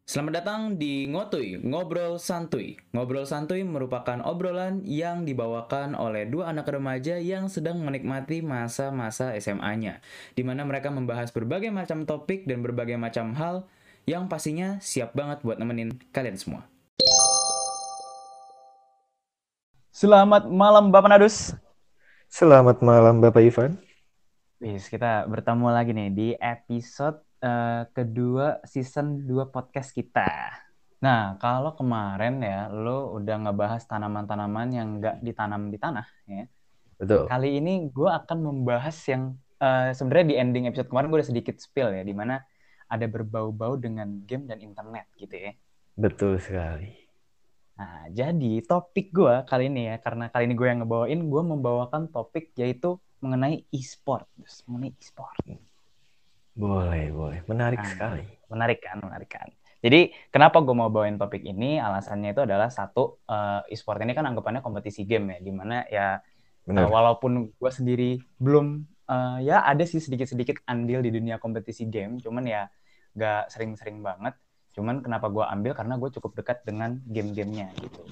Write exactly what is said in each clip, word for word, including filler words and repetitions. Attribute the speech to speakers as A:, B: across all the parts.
A: Selamat datang di Ngotuy, Ngobrol Santuy. Ngobrol Santuy merupakan obrolan yang dibawakan oleh dua anak remaja yang sedang menikmati masa-masa S M A-nya, di mana mereka membahas berbagai macam topik dan berbagai macam hal yang pastinya siap banget buat nemenin kalian semua. Selamat malam Bapak Nadus.
B: Selamat malam Bapak Ivan.
A: Wis, kita bertemu lagi nih di episode eh, kedua season dua podcast kita. Nah, kalau kemarin ya, lo udah ngebahas tanaman-tanaman yang nggak ditanam di tanah, ya.
B: Betul.
A: Kali ini gue akan membahas yang eh, sebenarnya di ending episode kemarin gue udah sedikit spill ya, di mana ada berbau-bau dengan game dan internet gitu ya.
B: Betul sekali.
A: Nah, jadi topik gue kali ini ya, karena kali ini gue yang ngebawain, gue membawakan topik yaitu mengenai e-sport, mengenai e-sport.
B: Boleh, boleh. Menarik
A: Nah,
B: sekali.
A: menarik kan, menarik kan. Jadi kenapa gue mau bawain topik ini? Alasannya itu adalah satu, uh, e-sport ini kan anggapannya kompetisi game ya, dimana ya uh,
B: Benar.
A: walaupun gue sendiri belum, uh, ya ada sih sedikit-sedikit andil di dunia kompetisi game, cuman ya gak sering-sering banget. Cuman kenapa gue ambil karena gue cukup dekat dengan game-gamenya gitu.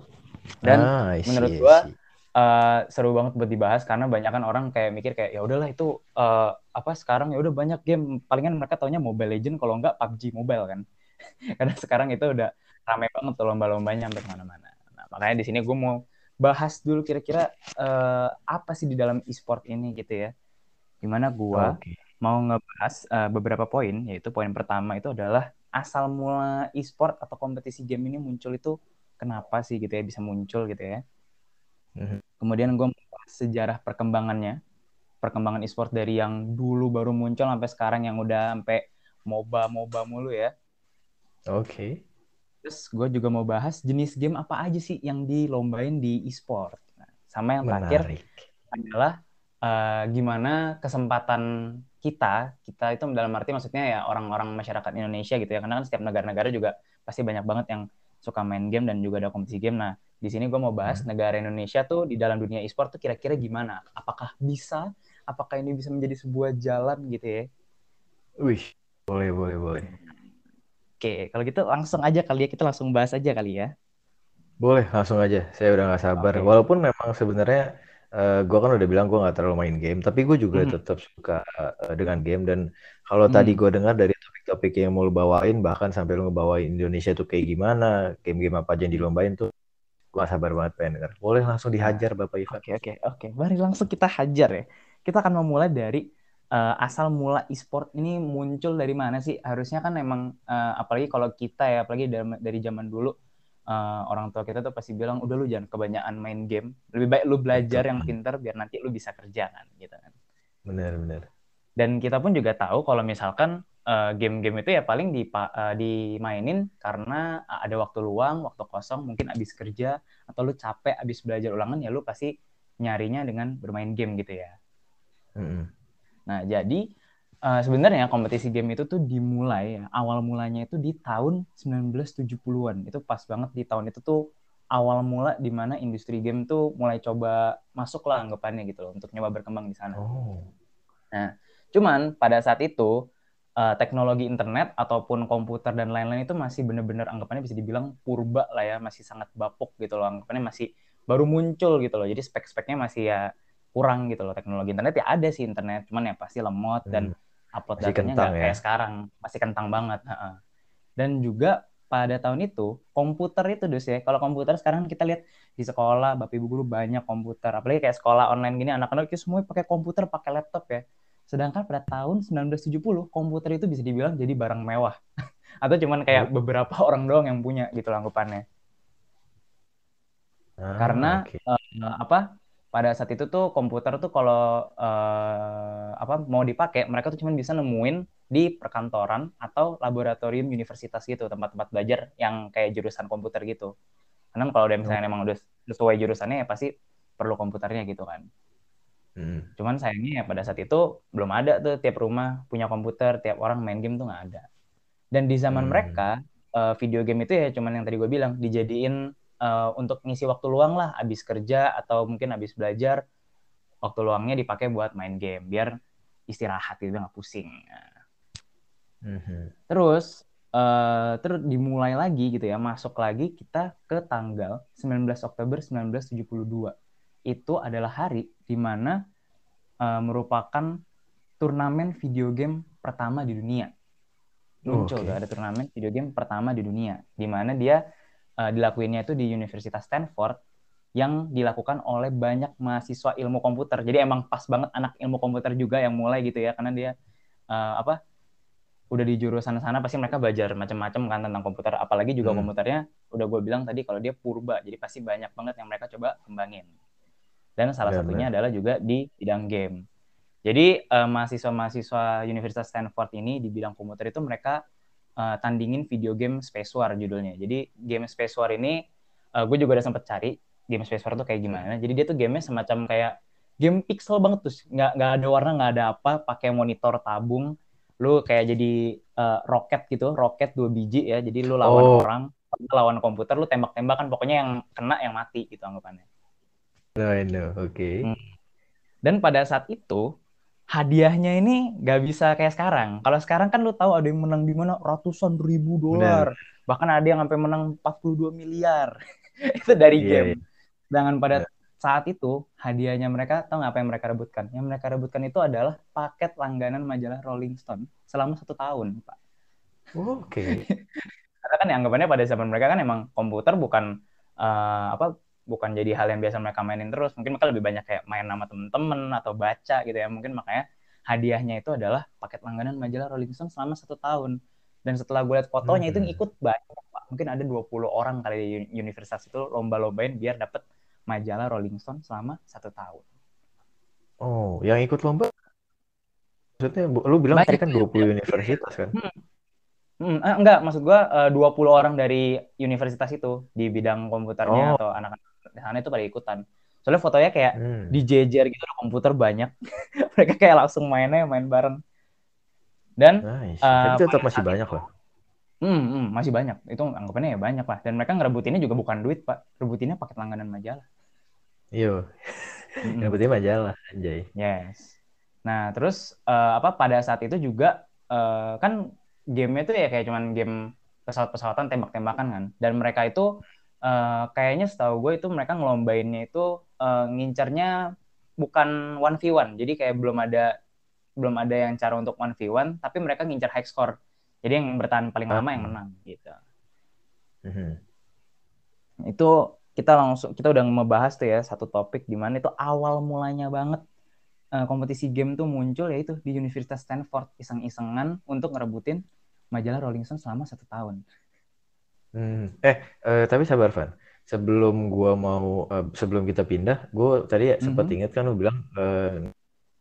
A: Dan
B: Ah, I
A: menurut
B: see, I
A: gue
B: see.
A: uh, seru banget buat dibahas karena banyak kan orang kayak mikir kayak ya udahlah itu uh, apa sekarang ya udah banyak game, palingan mereka taunya Mobile Legend kalau enggak P U B G Mobile kan. Karena sekarang itu udah ramai banget tuh lomba-lombanya sampai kemana-mana. Nah, makanya di sini gue mau bahas dulu kira-kira uh, apa sih di dalam e-sport ini gitu ya. Dimana gue
B: Oke.
A: mau ngebahas uh, beberapa poin, yaitu poin pertama itu adalah asal mula e-sport atau kompetisi game ini muncul itu kenapa sih gitu ya bisa muncul gitu ya.
B: Mhm.
A: Kemudian gue membahas sejarah perkembangannya, perkembangan e-sport dari yang dulu baru muncul sampai sekarang yang udah sampai MOBA-MOBA mulu ya.
B: Oke.
A: Terus gue juga mau bahas jenis game apa aja sih yang dilombain di e-sport. Nah, sama yang terakhir
B: Menarik.
A: adalah uh, gimana kesempatan kita, kita itu dalam arti maksudnya ya orang-orang masyarakat Indonesia gitu ya, karena kan setiap negara-negara juga pasti banyak banget yang suka main game dan juga ada kompetisi game. Nah, di sini gue mau bahas
B: Hmm.
A: negara Indonesia tuh di dalam dunia e-sport tuh kira-kira gimana? Apakah bisa? Apakah ini bisa menjadi sebuah jalan gitu ya?
B: Wih, boleh, boleh, boleh.
A: Oke, kalau gitu langsung aja kali ya, kita langsung bahas aja kali ya.
B: Boleh, langsung aja. Saya udah nggak sabar.
A: Oke.
B: Walaupun memang sebenarnya eh gue kan udah bilang gue nggak terlalu main game, tapi gue juga
A: Mhm.
B: tetap suka eh, dengan game. Dan kalau tadi
A: Hmm.
B: gue dengar dari topik-topik yang mau lu bawain, bahkan sampai lu ngebawain Indonesia tuh kayak gimana, game-game apa aja yang dilombain tuh, gue gak sabar banget pengen denger. Boleh langsung
A: Nah,
B: dihajar Bapak Ivan.
A: oke oke oke. Mari langsung kita hajar ya. Kita akan memulai dari eh, asal mula e-sport ini muncul dari mana sih? Harusnya kan emang eh, apalagi kalau kita ya, apalagi dari, dari zaman dulu eh, orang tua kita tuh pasti bilang, udah lu jangan kebanyakan main game. Lebih baik lu belajar
B: Betul.
A: yang pintar biar nanti lu bisa kerja kan, gitu kan.
B: Benar-benar.
A: Dan kita pun juga tahu kalau misalkan uh, game-game itu ya paling dipa, uh, dimainin karena ada waktu luang, waktu kosong, mungkin abis kerja atau lu capek abis belajar ulangan ya lu pasti nyarinya dengan bermain game gitu ya.
B: Mm-mm.
A: Nah, jadi uh, sebenarnya kompetisi game itu tuh dimulai ya, awal mulanya itu di tahun sembilan belas tujuh puluhan. Itu pas banget di tahun itu tuh awal mula di mana industri game tuh mulai coba masuk lah anggapannya gitu loh untuk nyoba berkembang di sana.
B: Oh,
A: Nah, cuman pada saat itu uh, teknologi internet ataupun komputer dan lain-lain itu masih benar-benar anggapannya bisa dibilang purba lah ya, masih sangat bapuk gitu loh, anggapannya masih baru muncul gitu loh. Jadi spek-speknya masih ya kurang gitu loh. Teknologi internet ya ada sih internet, cuman ya pasti lemot dan
B: hmm.
A: upload
B: Masih
A: datanya
B: kentang
A: nggak
B: ya.
A: kayak sekarang, masih kentang banget. Dan juga pada tahun itu komputer itu dus ya. Kalau komputer sekarang kita lihat di sekolah, bapak ibu guru banyak komputer. Apalagi kayak sekolah online gini, anak-anak itu semua pakai komputer, pakai laptop ya. Sedangkan pada tahun sembilan belas tujuh puluh komputer itu bisa dibilang jadi barang mewah. Atau cuman kayak
B: Oh,
A: beberapa orang doang yang punya gitu anggapannya.
B: ah,
A: Karena
B: oke.
A: uh, apa? Pada saat itu tuh komputer tuh kalau uh, apa mau dipakai, mereka tuh cuma bisa nemuin di perkantoran atau laboratorium universitas gitu, tempat-tempat belajar yang kayak jurusan komputer gitu. Karena kalau udah
B: Oh,
A: misalnya emang udah sesuai jurusannya ya pasti perlu komputernya gitu kan.
B: hmm.
A: Cuman sayangnya ya pada saat itu belum ada tuh tiap rumah punya komputer, tiap orang main game tuh nggak ada. Dan di zaman
B: Hmm.
A: mereka uh, video game itu ya cuman yang tadi gue bilang dijadiin uh, untuk ngisi waktu luang lah, abis kerja atau mungkin abis belajar, waktu luangnya dipakai buat main game biar istirahat gitu nggak pusing. Nah,
B: Mhm.
A: terus uh, terus dimulai lagi gitu ya, masuk lagi kita ke tanggal sembilan belas Oktober sembilan belas tujuh puluh dua. Itu adalah hari di mana uh, merupakan turnamen video game pertama di dunia.
B: Oh,
A: Muncul tuh
B: oke.
A: ada turnamen video game pertama di dunia, di mana dia uh, dilakuinnya itu di Universitas Stanford yang dilakukan oleh banyak mahasiswa ilmu komputer. Jadi emang pas banget anak ilmu komputer juga yang mulai gitu ya, karena dia uh, apa udah di jurusan sana pasti mereka belajar macam-macam kan tentang komputer, apalagi juga
B: Hmm,
A: komputernya udah gue bilang tadi kalau dia purba, jadi pasti banyak banget yang mereka coba kembangin. Dan salah satunya
B: benar-benar.
A: adalah juga di bidang game. Jadi uh, mahasiswa-mahasiswa Universitas Stanford ini di bidang komputer itu mereka uh, tandingin video game Space War judulnya. Jadi game Space War ini uh, gue juga udah sempet cari game Space War tuh kayak gimana. Jadi dia tuh gamenya semacam kayak game pixel banget tuh, nggak nggak ada warna, nggak ada apa, pakai monitor tabung, lu kayak jadi uh, roket gitu, roket dua biji ya. Jadi lu lawan
B: Oh,
A: orang, lawan komputer, lu tembak-tembakan, pokoknya yang kena yang mati gitu anggapannya.
B: no, I know. Oke.
A: Hmm. Dan pada saat itu hadiahnya ini nggak bisa kayak sekarang. Kalau sekarang kan lu tahu ada yang menang di mana ratusan ribu
B: Benar.
A: dolar, bahkan ada yang sampai menang empat puluh dua miliar. Itu dari
B: Iya, iya.
A: game. Sedangkan pada
B: Benar.
A: saat itu hadiahnya mereka tahu nggak apa yang mereka rebutkan? Yang mereka rebutkan itu adalah paket langganan majalah Rolling Stone selama satu tahun, Pak.
B: Oke.
A: Karena kan yang anggapannya pada zaman mereka kan emang komputer bukan uh, apa bukan jadi hal yang biasa mereka mainin terus. Mungkin mereka lebih banyak kayak main sama temen-temen atau baca gitu ya. Mungkin makanya hadiahnya itu adalah paket langganan majalah Rolling Stone selama satu tahun. Dan setelah gue lihat fotonya itu
B: Hmm.
A: ikut banyak, Pak. Mungkin ada dua puluh orang kali di universitas itu lomba-lombain biar dapet majalah Rolling Stone selama satu tahun.
B: Oh, yang ikut lomba maksudnya bu- lu bilang tadi
A: Banyak.
B: kan dua puluh universitas kan?
A: Hmm. Hmm, eh, enggak, maksud gua eh, dua puluh orang dari universitas itu di bidang komputernya
B: Oh,
A: atau anak-anak di sana itu pada ikutan. Soalnya fotonya kayak
B: hmm.
A: dijejer gitu, ada komputer banyak. Mereka kayak langsung mainnya main bareng. Dan
B: Nice. Tapi
A: eh,
B: tetap
A: pada
B: masih
A: saat
B: banyak
A: itu,
B: lah.
A: hmm, hmm, masih banyak. Itu anggapannya ya banyak lah. Dan mereka ngerebutinnya juga bukan duit, Pak. Rebutinnya paket langganan majalah.
B: Iya.
A: Hmm,
B: Yang
A: hmm.
B: penting majalah, anjay.
A: Yes. Nah, terus eh, apa pada saat itu juga eh, kan gamenya tuh ya kayak cuman game pesawat-pesawatan tembak-tembakan kan. Dan mereka itu eh, kayaknya setahu gue itu mereka ngelombainnya itu eh, ngincernya bukan one v one. Jadi kayak belum ada belum ada yang cara untuk one v one, tapi mereka ngincer high score. Jadi yang bertahan paling
B: Ah,
A: lama yang menang gitu.
B: mhm.
A: Itu kita langsung kita udah membahas tuh ya satu topik di mana itu awal mulanya banget uh, kompetisi game tuh muncul yaitu di Universitas Stanford iseng-isengan untuk ngerebutin majalah Rolling Stone selama satu tahun.
B: Hmm. Eh, eh, tapi sabar Van. Sebelum gua mau eh, sebelum kita pindah, gua tadi sempat
A: Mm-hmm.
B: ingat kan lu bilang eh,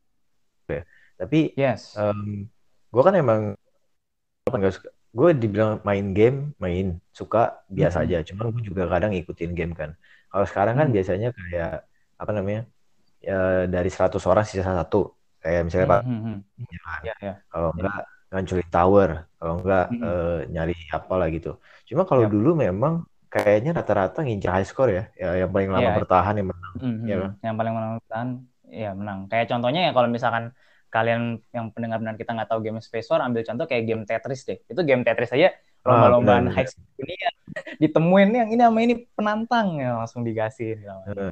B: ya. Tapi
A: Yes.
B: em, gua kan emang nggak suka. Gue dibilang main game, main suka biasa
A: Mm-hmm.
B: aja. Cuman gue juga kadang ngikutin game kan. Kalau sekarang kan
A: Mm-hmm.
B: biasanya kayak apa namanya? Ya dari seratus orang sisa satu. Kayak misalnya Pak
A: Mm-hmm.
B: Jalan.
A: Ya, ya.
B: Kalau
A: Ya.
B: enggak ngancurin tower, kalau enggak
A: Mm-hmm.
B: eh, nyari apa lah gitu. Cuma kalau
A: Yap.
B: dulu memang kayaknya rata-rata ngincer high score ya, ya yang paling lama
A: Ya.
B: bertahan yang menang, ya kan?
A: Mm-hmm. Yang paling menang ya menang. Kayak contohnya ya kalau misalkan kalian yang pendengar-pendengar kita nggak tahu game Space War, ambil contoh kayak game Tetris deh. Itu game Tetris aja
B: Ah,
A: lomba-lombaan high
B: benar-benar.
A: score dunia ditemuin yang ini sama ini penantang ya langsung dikasihin sama dia.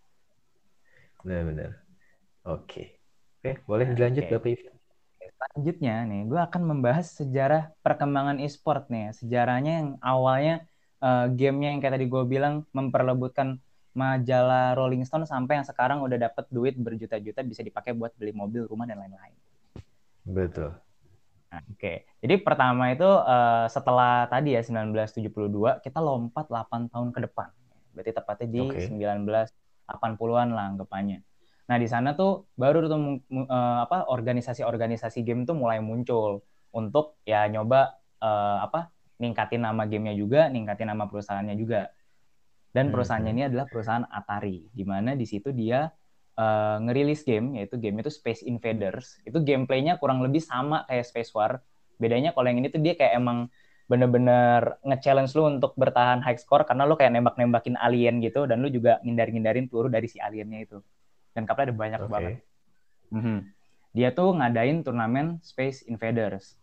B: Benar-benar. Oke. Oke, boleh
A: Nah,
B: dilanjut
A: oke.
B: Bapak Ivan.
A: Selanjutnya nih, gue akan membahas sejarah perkembangan e-sport nih ya. Sejarahnya yang awalnya eh, gamenya yang kayak tadi gue bilang memperebutkan majalah Rolling Stone sampai yang sekarang udah dapet duit berjuta-juta bisa dipakai buat beli mobil, rumah, dan lain-lain.
B: Betul.
A: Nah, oke. Jadi pertama itu eh, setelah tadi ya seribu sembilan ratus tujuh puluh dua, kita lompat delapan tahun ke depan. Berarti tepatnya di
B: Oke.
A: seribu sembilan ratus delapan puluhan lah anggapannya. Nah, di sana tuh baru tuh uh, apa organisasi-organisasi game tuh mulai muncul untuk ya nyoba uh, apa ningkatin nama gamenya juga, ningkatin nama perusahaannya juga. Dan perusahaannya
B: Mhm.
A: ini adalah perusahaan Atari, di mana di situ dia uh, ngerilis game, yaitu game itu Space Invaders. Itu gameplaynya kurang lebih sama kayak Space War. Bedanya kalau yang ini tuh dia kayak emang bener-bener nge-challenge lu untuk bertahan high score karena lu kayak nembak-nembakin alien gitu dan lu juga ngindar-ngindarin peluru dari si aliennya itu. Dan kapalnya ada banyak banget.
B: Oke.
A: Mm-hmm. Dia tuh ngadain turnamen Space Invaders.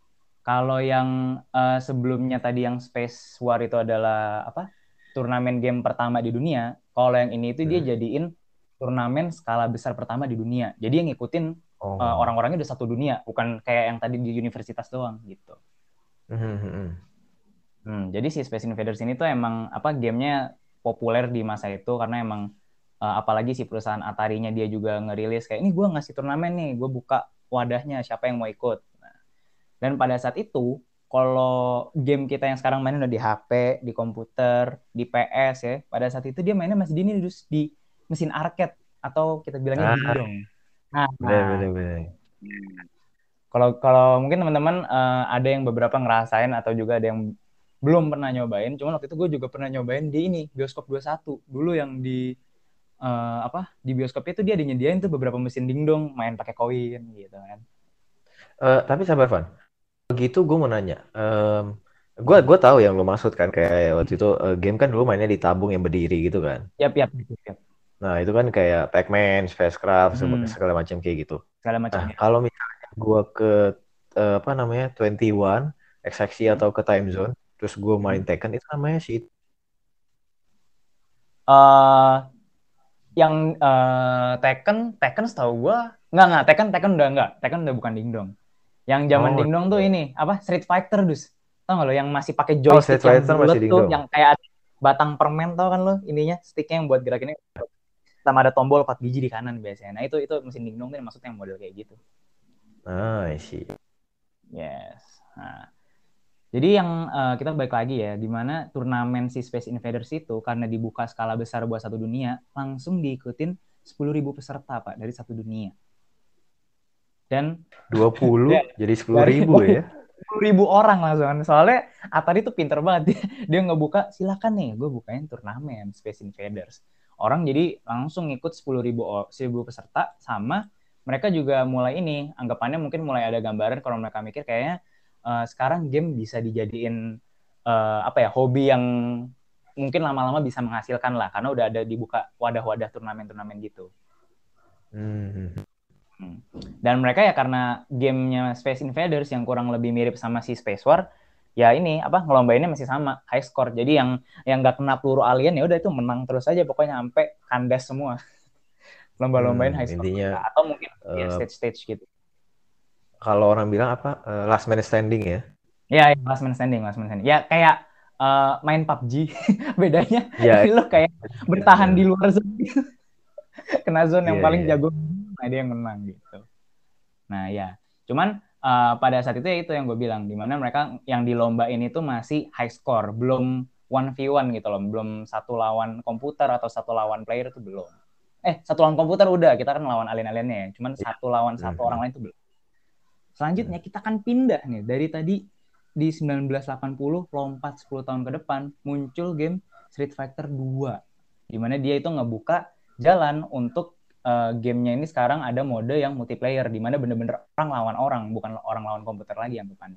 A: Kalau yang uh, sebelumnya tadi yang Space War itu adalah apa? Turnamen game pertama di dunia. Kalau yang ini itu dia
B: Hmm.
A: jadiin turnamen skala besar pertama di dunia. Jadi yang ngikutin uh,
B: Oh.
A: orang-orangnya udah satu dunia, bukan kayak yang tadi di universitas doang gitu.
B: Hmm.
A: Hmm, jadi si Space Invaders ini tuh emang apa gamenya populer di masa itu karena emang uh, apalagi si perusahaan Atari-nya dia juga ngerilis kayak ini gue ngasih turnamen nih, gue buka wadahnya siapa yang mau ikut. Nah, dan pada saat itu kalau game kita yang sekarang main udah di H P, di komputer, di P S ya, pada saat itu dia mainnya masih di ini di mesin arcade atau kita bilangnya
B: Ah,
A: dingdong. Nah,
B: bener
A: nah,
B: bener bener.
A: kalau kalau mungkin teman-teman uh, ada yang beberapa ngerasain atau juga ada yang belum pernah nyobain, cuman waktu itu gue juga pernah nyobain di ini bioskop dua puluh satu dulu yang di uh, apa di bioskop itu dia ada nyediain tuh beberapa mesin dingdong main pakai koin gitu kan.
B: Eh, tapi sabar Van, begitu gue mau nanya. Um, gue gue tahu yang lo maksud kan kayak waktu itu eh, game kan dulu mainnya di tabung yang berdiri gitu kan.
A: Yap, yap, yap, yap.
B: Nah itu kan kayak Pac-Man, Spacecraft, se-
A: Hmm,
B: segala macam kayak gitu.
A: segala
B: Nah
A: macamnya.
B: kalau misalnya gue ke eh, apa namanya dua puluh satu, Exacti
A: Hmm.
B: atau ke Time Zone, terus gue main
A: Hmm.
B: Tekken itu namanya sih.
A: Uh, yang uh, Tekken, Tekken setahu gue nggak nggak Tekken Tekken udah nggak Tekken udah bukan dingdong. Yang zaman
B: Oh,
A: dingdong tuh ini apa Street Fighter dus. Tau nggak lo yang masih pakai
B: oh
A: joystick
B: Street
A: yang
B: Fighter masih
A: bulat tuh,
B: dingdong.
A: yang kayak ada batang permen tau kan lo ininya sticknya yang buat gerakinnya sama ada tombol empat biji di kanan biasanya. Nah itu itu mesin dingdong tuh maksudnya yang model kayak gitu.
B: Ah, sih.
A: Yes. Nah, jadi yang uh, kita balik lagi ya, di mana turnamen si Space Invaders itu karena dibuka skala besar buat satu dunia, langsung diikutin sepuluh ribu peserta Pak dari satu dunia. Dan
B: dua puluh
A: ya,
B: jadi sepuluh
A: dari
B: ribu
A: dari
B: ya.
A: sepuluh ribu orang langsung. Soalnya Atari tuh pinter banget dia, dia ngebuka silakan nih, gue bukain turnamen Space Invaders. Orang jadi langsung ikut sepuluh ribu seribu peserta sama mereka juga mulai ini anggapannya mungkin mulai ada gambaran kalau mereka mikir kayaknya uh, sekarang game bisa dijadiin uh, apa ya hobi yang mungkin lama-lama bisa menghasilkan lah karena udah ada dibuka wadah-wadah turnamen-turnamen gitu.
B: Hmm.
A: Hmm. Dan mereka ya karena gamenya Space Invaders yang kurang lebih mirip sama si Space War, ya ini apa ngelombainnya masih sama high score. Jadi yang yang nggak kena peluru alien ya udah itu menang terus aja pokoknya sampai kandas semua. Lomba-lombain
B: Hmm,
A: high score
B: intinya
A: mereka atau mungkin ya
B: eh,
A: stage-stage gitu.
B: kalau orang bilang apa eh, last man standing ya.
A: Ya, ya last man standing, last man standing. Ya kayak uh, main P U B G bedanya
B: Iya,
A: lo kayak bertahan di
B: iya,
A: luar zone kena zone yang
B: iya,
A: paling
B: iya.
A: jago nah dia yang menang gitu. Nah ya, cuman uh, pada saat itu ya itu yang gue bilang, dimana mereka yang di lomba ini tuh masih high score, belum one v one gitu loh, belum satu lawan komputer atau satu lawan player itu belum. Eh, satu lawan komputer udah, kita kan lawan alien-aliennya ya, cuman
B: Iya.
A: satu lawan satu orang
B: Mhm.
A: lain itu belum. Selanjutnya kita kan pindah nih, dari tadi di sembilan belas delapan puluh, lompat sepuluh tahun ke depan, muncul game Street Fighter dua, dimana dia itu ngebuka jalan untuk uh, gamenya ini sekarang ada mode yang multiplayer di mana bener-bener orang lawan orang bukan orang lawan komputer lagi anggapannya.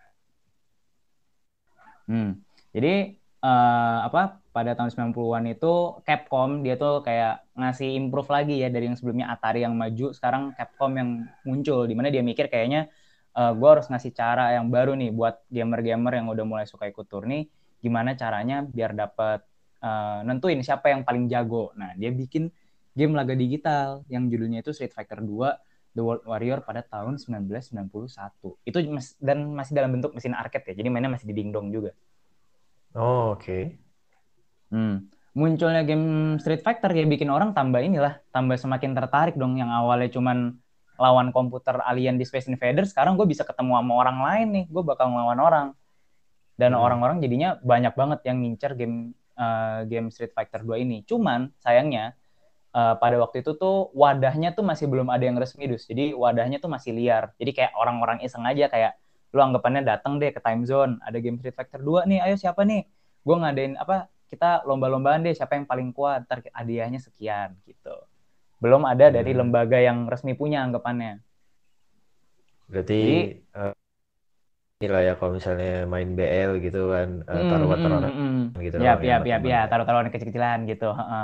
A: Hmm. Jadi uh, apa pada tahun sembilan puluhan itu Capcom dia tuh kayak ngasih improve lagi ya dari yang sebelumnya Atari yang maju sekarang Capcom yang muncul di mana dia mikir kayaknya uh, gue harus ngasih cara yang baru nih buat gamer-gamer yang udah mulai suka ikut turni gimana caranya biar dapat uh, nentuin siapa yang paling jago. Nah, dia bikin game laga digital yang judulnya itu Street Fighter dua The World Warrior pada tahun sembilan belas sembilan puluh satu. Itu dan masih dalam bentuk mesin arcade ya. Jadi mainnya masih di dingdong juga.
B: Oh, oke. Okay.
A: Hmm. Munculnya game Street Fighter ya bikin orang tambah inilah, tambah semakin tertarik dong yang awalnya cuman lawan komputer alien di Space Invaders, sekarang gue bisa ketemu sama orang lain nih, gue bakal ngelawan orang. Dan
B: Hmm.
A: orang-orang jadinya banyak banget yang ngincer game uh, game Street Fighter dua ini. Cuman sayangnya uh, pada waktu itu tuh wadahnya tuh masih belum ada yang resmi dus. Jadi wadahnya tuh masih liar. Jadi kayak orang-orang iseng aja kayak lu anggapannya datang deh ke time zone, ada game Street Fighter dua nih, ayo siapa nih? Gue ngadain apa? Kita lomba-lombaan deh siapa yang paling kuat, ntar hadiahnya sekian gitu. Belum ada dari
B: Hmm.
A: lembaga yang resmi punya anggapannya.
B: Berarti
A: Jadi
B: eh, inilah ya kalau misalnya main B L gitu kan, eh,
A: mm, mm,
B: taruhan-taruhan
A: mm, mm.
B: gitu
A: Ya,
B: doang ya
A: ya,
B: sama
A: ya,
B: teman
A: ya,
B: ya.
A: taruh-taruhan kecil-kecilan gitu. Heeh.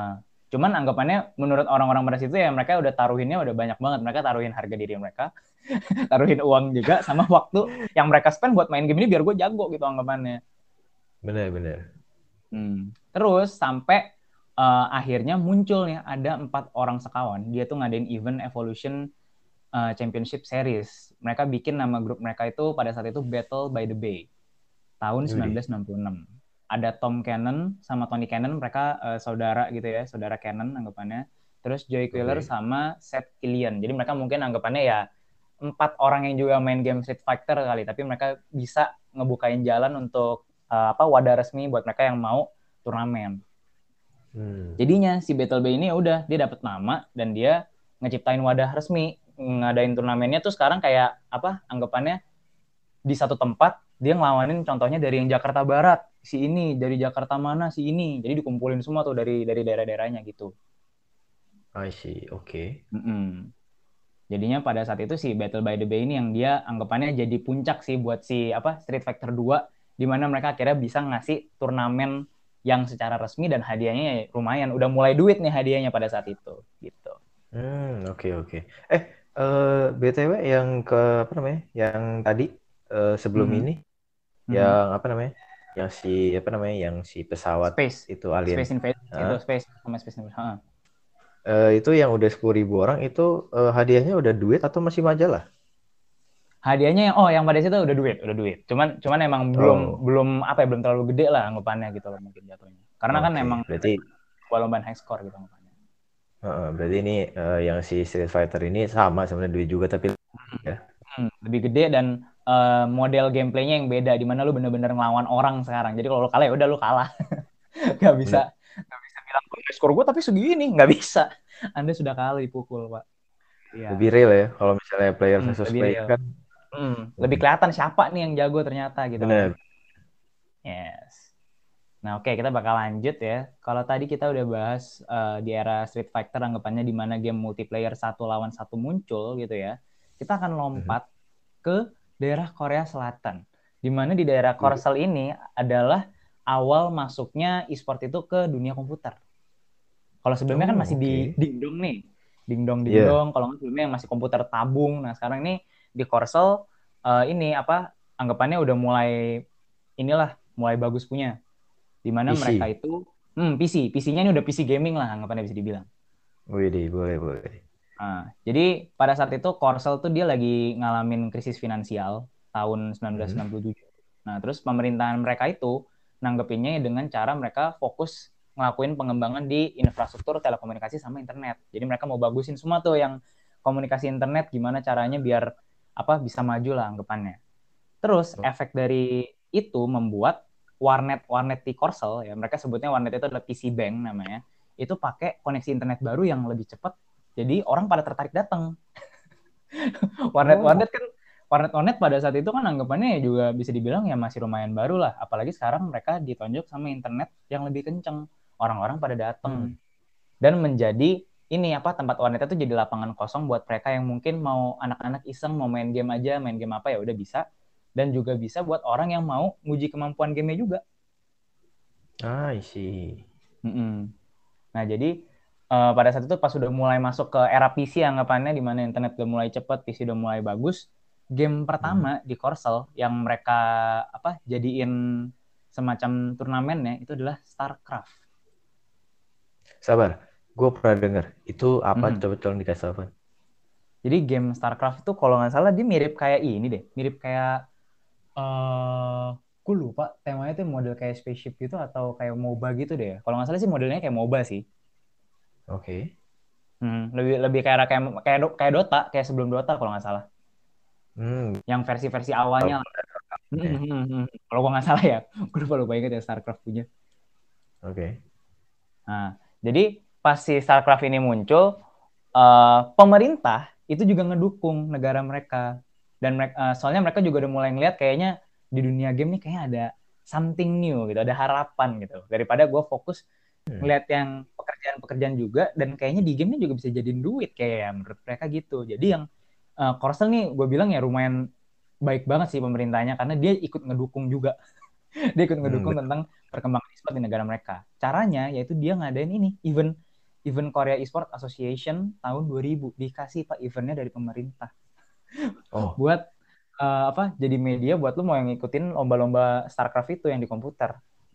A: Cuman anggapannya menurut orang-orang pada situ ya mereka udah taruhinnya udah banyak banget. Mereka taruhin harga diri mereka, taruhin uang juga sama waktu yang mereka spend buat main game ini biar gue jago gitu anggapannya.
B: Benar-benar.
A: Hmm. Terus sampai uh, akhirnya muncul nih ada empat orang sekawan. Dia tuh ngadain event Evolution uh, Championship Series. Mereka bikin nama grup mereka itu pada saat itu Battle by the Bay tahun sembilan belas sembilan puluh enam. Ada Tom Cannon sama Tony Cannon, mereka uh, saudara gitu ya, saudara Cannon anggapannya. Terus Joey Quiller
B: Oke.
A: sama Seth Killian. Jadi mereka mungkin anggapannya ya empat orang yang juga main game Street Fighter kali, tapi mereka bisa ngebukain jalan untuk uh, apa wadah resmi buat mereka yang mau turnamen.
B: Hmm.
A: Jadinya si Battle Bay ini ya udah dia dapat nama dan dia ngeciptain wadah resmi, ngadain turnamennya tuh sekarang kayak apa anggapannya di satu tempat dia ngelawanin contohnya dari yang Jakarta Barat si ini, dari Jakarta mana si ini, jadi dikumpulin semua tuh dari dari daerah-daerahnya gitu.
B: I see, oke. Okay.
A: Mm-mm. Jadinya pada saat itu si Battle by the Bay ini yang dia anggapannya jadi puncak sih buat si apa Street Fighter dua, di mana mereka akhirnya bisa ngasih turnamen yang secara resmi dan hadiahnya ya lumayan, udah mulai duit nih hadiahnya pada saat itu gitu.
B: Hmm, oke okay, oke. Okay. Eh, uh, B T W yang ke apa namanya? Yang tadi uh, sebelum
A: Mm-hmm.
B: ini
A: Mm-hmm.
B: yang apa namanya? Yang si apa namanya? Yang si pesawat
A: Space
B: itu alien.
A: Space Invaders itu
B: Huh?
A: Space sama Space Invaders.
B: Uh, itu yang udah sepuluh ribu orang itu uh, hadiahnya udah duit atau masih majalah?
A: Hadiahnya yang oh yang pada situ udah duit, udah duit. Cuman cuman emang belum
B: Oh,
A: belum apa ya belum terlalu gede lah anggapannya gitu loh mungkin jatuhnya. Karena kan
B: oke. Okay.
A: emang
B: Berarti
A: lomba high score gitu anggapannya.
B: uh, berarti ini uh, yang si Street Fighter ini sama sebenarnya duit juga tapi ya.
A: Hmm, lebih gede dan uh, model gameplaynya yang beda di mana lu bener-bener ngelawan orang sekarang. Jadi kalau lu kalah ya udah lu kalah. Gak bisa
B: Bener.
A: gak bisa bilang skor gue tapi segini, nggak bisa. Anda sudah kalah dipukul, Pak. Iya.
B: Lebih real ya kalau misalnya player
A: Hmm,
B: versus
A: lebih
B: player
A: real.
B: kan.
A: Hmm, lebih
B: Hmm,
A: kelihatan siapa nih yang jago ternyata gitu kan.
B: bener.
A: Yes. Nah, oke, okay, kita bakal lanjut ya. Kalau tadi kita udah bahas uh, di era Street Fighter anggapannya di mana game multiplayer satu lawan satu muncul gitu ya. Kita akan
B: Mhm.
A: lompat ke daerah Korea Selatan. Di mana di daerah Korsel ini adalah awal masuknya e-sport itu ke dunia komputer. Kalau sebelumnya kan
B: Oh,
A: masih
B: oke.
A: di dingdong nih. Dingdong
B: Iya.
A: dingdong, kalau nggak sebelumnya yang masih komputer tabung. Nah, sekarang ini di Korsel uh, ini apa anggapannya udah mulai inilah mulai bagus punya. Di mana
B: P
A: mereka
B: C.
A: itu hmm, P C, P C-nya ini udah P C gaming lah anggapannya bisa dibilang.
B: Wih, boleh, boleh.
A: Nah, jadi pada saat itu Korsel tuh dia lagi ngalamin krisis finansial tahun sembilan belas sembilan
B: Mhm.
A: puluh tujuh. Nah, terus pemerintahan mereka itu nanggepinnya dengan cara mereka fokus ngelakuin pengembangan di infrastruktur telekomunikasi sama internet. Jadi mereka mau bagusin semua tuh yang komunikasi internet gimana caranya biar apa bisa maju lah anggapannya. Terus efek dari itu membuat warnet warnet di Korsel ya mereka sebutnya warnet itu adalah P C Bank namanya itu pakai koneksi internet baru yang lebih cepat jadi orang pada tertarik datang warnet
B: Oh,
A: warnet kan warnet warnet pada saat itu kan anggapannya juga bisa dibilang ya masih lumayan baru lah apalagi sekarang mereka ditonjok sama internet yang lebih kenceng orang-orang pada datang
B: hmm.
A: dan menjadi ini apa tempat warnet itu jadi lapangan kosong buat mereka yang mungkin mau anak-anak iseng mau main game aja main game apa ya udah bisa dan juga bisa buat orang yang mau nguji kemampuan gamenya juga.
B: Ah, I see.
A: Mm-mm. Nah jadi uh, pada saat itu pas sudah mulai masuk ke era P C anggapannya di mana internet udah mulai cepat, P C udah mulai bagus, game
B: Hmm.
A: pertama di Korsel yang mereka apa jadiin semacam turnamennya itu adalah StarCraft.
B: Sabar, gue pernah dengar. Itu apa?
A: Mm-hmm.
B: Coba tolong dikasih tahu.
A: Jadi game StarCraft itu kalau nggak salah dia mirip kayak ini deh, mirip kayak uh, gue lupa temanya tuh model kayak spaceship gitu atau kayak MOBA gitu deh. Kalau nggak salah sih modelnya kayak MOBA sih.
B: Oke. Okay.
A: Hmm, lebih lebih kayak kayak kayak kayak Dota, kayak sebelum Dota kalau nggak salah.
B: Hmm.
A: Yang versi-versi awalnya. Hmm,
B: Okay.
A: hmm, hmm, hmm. Kalau gue nggak salah ya, gue lupa lupa ingat ya StarCraft punya.
B: Oke. Okay.
A: Nah, jadi pas si StarCraft ini muncul, uh, pemerintah itu juga ngedukung negara mereka. Dan mereka, uh, soalnya mereka juga udah mulai ngeliat kayaknya di dunia game nih kayaknya ada something new gitu, ada harapan gitu. Daripada gue fokus
B: Hmm.
A: ngeliat yang pekerjaan-pekerjaan juga, dan kayaknya di game ini juga bisa jadiin duit kayak ya, menurut mereka gitu. Jadi yang uh, Korsel nih gue bilang ya lumayan baik banget sih pemerintahnya karena dia ikut ngedukung juga. Dia ikut
B: Hmm,
A: ngedukung
B: betul.
A: tentang perkembangan e-sport di negara mereka. Caranya yaitu dia ngadain ini event event Korea Esport Association tahun dua ribu. Dikasih Pak eventnya dari pemerintah.
B: Oh,
A: Buat uh, apa? Jadi media buat lu mau yang ngikutin lomba-lomba StarCraft itu yang di komputer.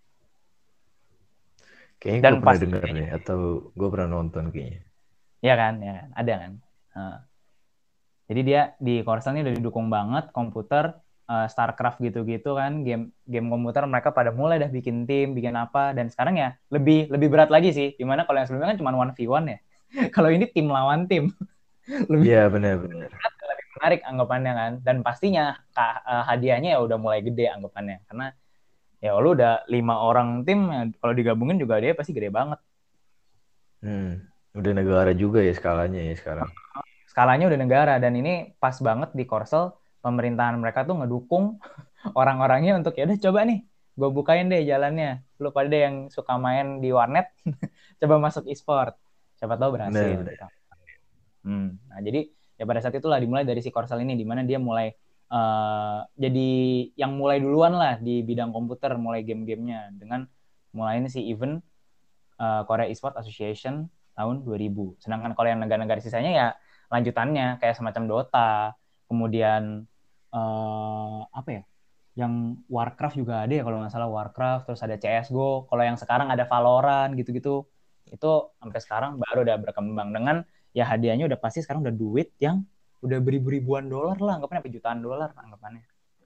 B: kayaknya gue
A: Dan
B: pernah
A: pas
B: dengar deh, atau gue pernah nonton kayaknya.
A: ya kan, ya kan? Ada kan. Uh, jadi dia di Korsel ini udah didukung banget komputer, uh, StarCraft gitu-gitu kan, game game komputer mereka pada mulai dah bikin tim, bikin apa, dan sekarang ya lebih lebih berat lagi sih. Dimana kalau yang sebelumnya kan cuma one v one ya. Kalau ini tim lawan tim, lebih
B: Iya benar-benar.
A: lebih menarik anggapannya kan. Dan pastinya uh, hadiahnya ya udah mulai gede anggapannya, karena ya lu udah lima orang tim, ya, kalau digabungin juga dia pasti gede banget.
B: Hmm, udah negara juga ya skalanya ya sekarang.
A: Skalanya udah negara, dan ini pas banget di Korsel pemerintahan mereka tuh ngedukung orang-orangnya untuk ya udah coba nih gue bukain deh jalannya, lu pada deh yang suka main di warnet coba masuk e-sport, siapa tahu berhasil gitu.
B: Benar-benar.
A: Hmm. Nah jadi ya pada saat itulah dimulai dari si Korsel ini, dimana dia mulai uh, jadi yang mulai duluan lah di bidang komputer, mulai game-gamenya dengan mulai ini si event uh, Korea Esport Association tahun dua ribu. Sedangkan kalau yang negara-negara sisanya ya lanjutannya kayak semacam Dota, kemudian uh, apa ya, yang Warcraft juga ada ya kalau nggak salah, Warcraft, terus ada C S G O, kalau yang sekarang ada Valorant gitu-gitu, itu sampai sekarang baru udah berkembang dengan ya hadiahnya udah pasti sekarang udah duit yang udah beribu-ribuan dolar lah, anggapannya sampai jutaan dolar anggapannya.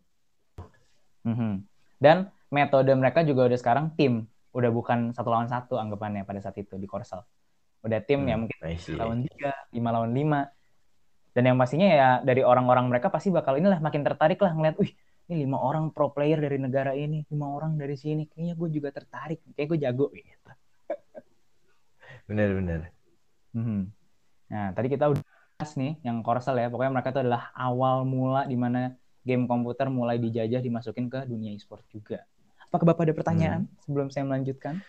A: Mm-hmm. Dan metode mereka juga udah sekarang tim, udah bukan satu lawan satu anggapannya pada saat itu di Korsel. Udah tim ya
B: Hmm,
A: mungkin
B: I see,
A: tiga
B: I
A: lawan
B: see.
A: tiga, lima lawan lima. Dan yang pastinya ya dari orang-orang mereka pasti bakal inilah makin tertarik lah ngeliat, wih ini lima orang pro player dari negara ini, lima orang dari sini, kayaknya gue juga tertarik, kayak gue jago gitu.
B: Benar-benar.
A: Mm-hmm. Nah tadi kita udah bahas nih yang Korsel ya, pokoknya mereka itu adalah awal mula di mana game komputer mulai dijajah dimasukin ke dunia e-sport juga. Apakah Bapak ada pertanyaan
B: Hmm.
A: sebelum saya melanjutkan?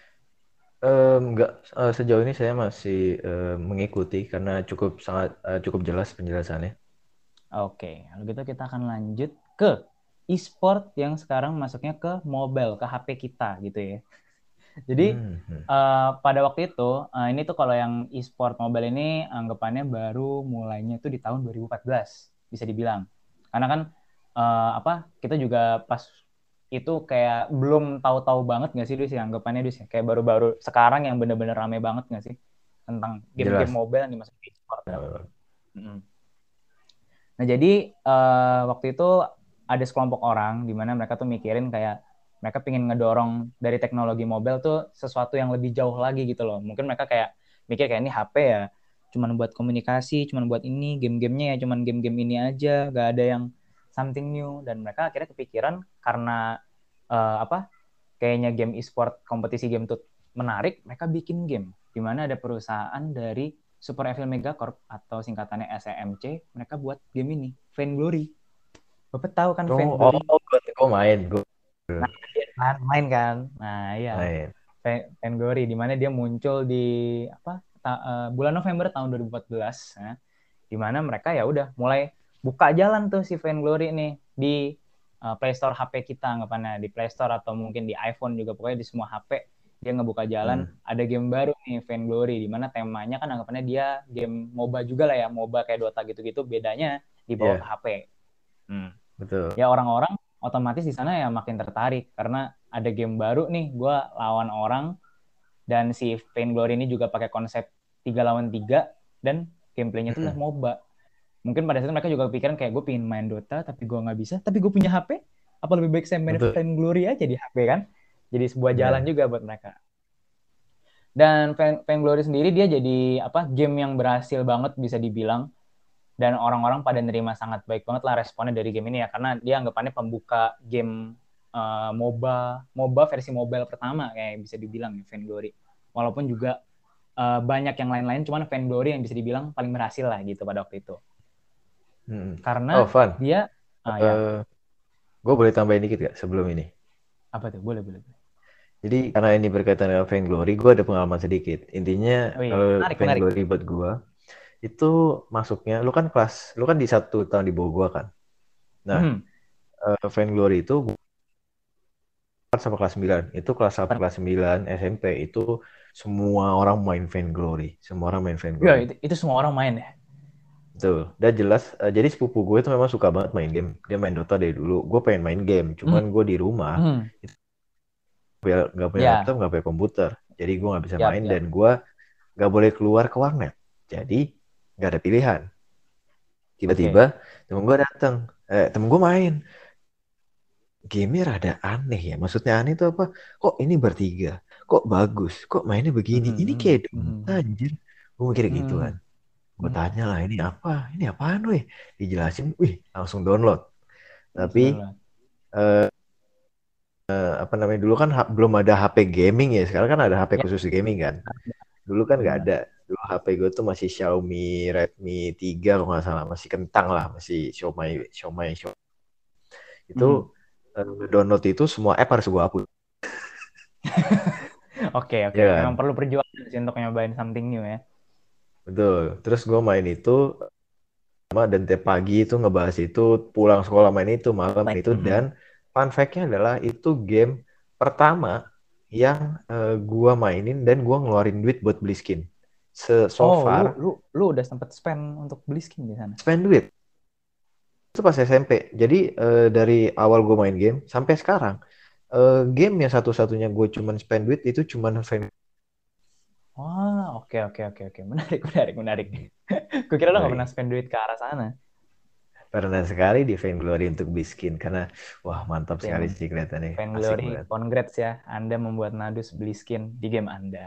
B: Um, enggak, uh, sejauh ini saya masih uh, mengikuti karena cukup sangat uh, cukup jelas penjelasannya.
A: Oke, kalau gitu kita akan lanjut ke e-sport yang sekarang masuknya ke mobile, ke H P kita gitu ya. Jadi
B: Hmm, hmm.
A: uh, pada waktu itu, uh, ini tuh kalau yang e-sport mobile ini anggapannya baru mulainya tuh di tahun dua ribu empat belas, bisa dibilang. Karena kan uh, apa, kita juga pas itu kayak belum tahu-tahu banget nggak sih Dus ya, anggapannya Dus ya, kayak baru-baru sekarang yang bener-bener rame banget nggak sih tentang game-game
B: Jelas.
A: mobile yang dimasukin e-sport.
B: Uh,
A: Mm-hmm. Nah, jadi uh, waktu itu ada sekelompok orang di mana mereka tuh mikirin kayak mereka pengen ngedorong dari teknologi mobile tuh sesuatu yang lebih jauh lagi gitu loh. Mungkin mereka kayak mikir kayak ini H P ya, cuman buat komunikasi, cuman buat ini, game-gamenya ya cuman game-game ini aja, gak ada yang something new. Dan mereka akhirnya kepikiran karena uh, apa? Kayaknya game e-sport, kompetisi game tuh menarik, mereka bikin game. Di mana ada perusahaan dari Super Evil Megacorp atau singkatannya S E M C, mereka buat game ini, Vainglory. Bapak tahu kan
B: oh, oh,
A: Vainglory?
B: gue gue main, gue
A: Nah, dia kan main kan. Nah, iya.
B: main.
A: Vainglory di mana dia muncul di apa? Ta- uh, bulan November tahun dua ribu empat belas, ya. Di mana mereka ya udah mulai buka jalan tuh si Vainglory nih di uh, Play Store H P kita anggapannya, di Play Store atau mungkin di iPhone juga, pokoknya di semua H P dia ngebuka jalan,
B: Hmm.
A: ada game baru nih Vainglory, di mana temanya kan anggapannya dia game MOBA juga lah ya, MOBA kayak Dota gitu-gitu, bedanya dibawa ke
B: Iya,
A: H P. Hmm.
B: betul.
A: Ya orang-orang otomatis di sana ya makin tertarik karena ada game baru nih, gue lawan orang, dan si Vainglory ini juga pakai konsep tiga lawan tiga dan gameplaynya itu lah
B: Hmm.
A: MOBA. Mungkin pada saat itu mereka juga kepikiran kayak gue pengen main Dota tapi gue nggak bisa, tapi gue punya H P, apa lebih baik saya main
B: Betul.
A: Vainglory aja di H P kan, jadi sebuah jalan
B: Benar.
A: juga buat mereka. Dan Vainglory sendiri dia jadi apa, game yang berhasil banget bisa dibilang, dan orang-orang pada nerima sangat baik banget lah responnya dari game ini ya, karena dia anggapannya pembuka game uh, MOBA MOBA versi mobile pertama kayak bisa dibilang ya Vainglory. Walaupun juga uh, banyak yang lain-lain, cuman Vainglory yang bisa dibilang paling berhasil lah gitu pada waktu itu.
B: Hmm. Oh,
A: Karena
B: Van.
A: dia ah ya,
B: Uh, gue boleh tambahin dikit gak sebelum ini?
A: apa tuh, boleh boleh.
B: Jadi karena ini berkaitan dengan Vainglory, gue ada pengalaman sedikit. Intinya
A: Oh iya,
B: kalau
A: menarik menarik.
B: Vainglory buat gue, itu masuknya, lu kan kelas, lu kan di satu tahun di bawah gue kan. Nah,
A: Hmm.
B: uh, Vainglory itu gue sama kelas sembilan. Itu kelas satu, kelas sembilan, S M P itu semua orang main Vainglory. Semua orang main
A: Ya,
B: Vainglory.
A: itu, itu semua orang main ya.
B: Betul. Dan jelas, eh, jadi sepupu gue itu memang suka banget main game. Dia main Dota dari dulu. Gue pengen main game.
A: Hmm.
B: Cuman gue di rumah,
A: Hmm.
B: itu nggak punya laptop,
A: Ya,
B: nggak punya komputer. Jadi gue nggak bisa
A: yap,
B: main
A: yap.
B: dan gue nggak boleh keluar ke warnet. Jadi nggak ada pilihan. Tiba-tiba
A: Oke.
B: temen gue datang. Eh, temen gue main. Game-nya rada aneh ya. Maksudnya aneh itu apa? Kok ini bertiga? Kok bagus? Kok mainnya begini?
A: Mhm,
B: Ini
A: mhm,
B: kayak Dota
A: mhm,
B: anjir. Gue mikir gitu kan.
A: mhm,
B: Gue
A: mhm.
B: tanya lah ini apa? Ini apaan weh? Dijelasin, wih langsung download. Tapi
A: Langsung download.
B: eh, apa namanya dulu kan ha- belum ada H P gaming ya. Sekarang kan ada H P
A: Ya,
B: khusus gaming kan. Dulu kan nggak
A: benar.
B: ada. Dulu H P gue tuh masih Xiaomi Redmi tiga kalau nggak salah. Masih kentang lah. Masih Xiaomi, Xiaomi, Xiaomi. Itu
A: Mhm.
B: eh, download itu semua app harus gue hapus.
A: Oke, oke.
B: Ya
A: Emang
B: kan?
A: perlu perjuangan sih untuk nyobain something new ya.
B: Betul. Terus gue main itu sama dan tiap pagi itu ngebahas itu, pulang sekolah main itu, malam main itu, dan
A: Mhm.
B: fun fact-nya adalah itu game pertama yang eh, gua mainin dan gua ngeluarin duit buat beli skin. Se so
A: Oh, lu
B: far
A: lu lu udah sempet spend untuk beli skin di sana.
B: spend duit itu pas S M P. Jadi eh, dari awal gua main game sampai sekarang eh, game yang satu-satunya gue cuman spend duit itu cuman Fan-
A: Wah, oke, oke, oke, oke. Menarik, menarik, menarik. Gue kira lo nggak pernah
B: Yoi.
A: spend duit ke arah sana.
B: Pernah sekali di Vainglory untuk beli skin karena wah mantap
A: Tapi
B: sekali
A: emang
B: sih kelihatannya, asik
A: Vainglory,
B: banget.
A: congrats ya. Anda membuat Nadus beli skin di game Anda.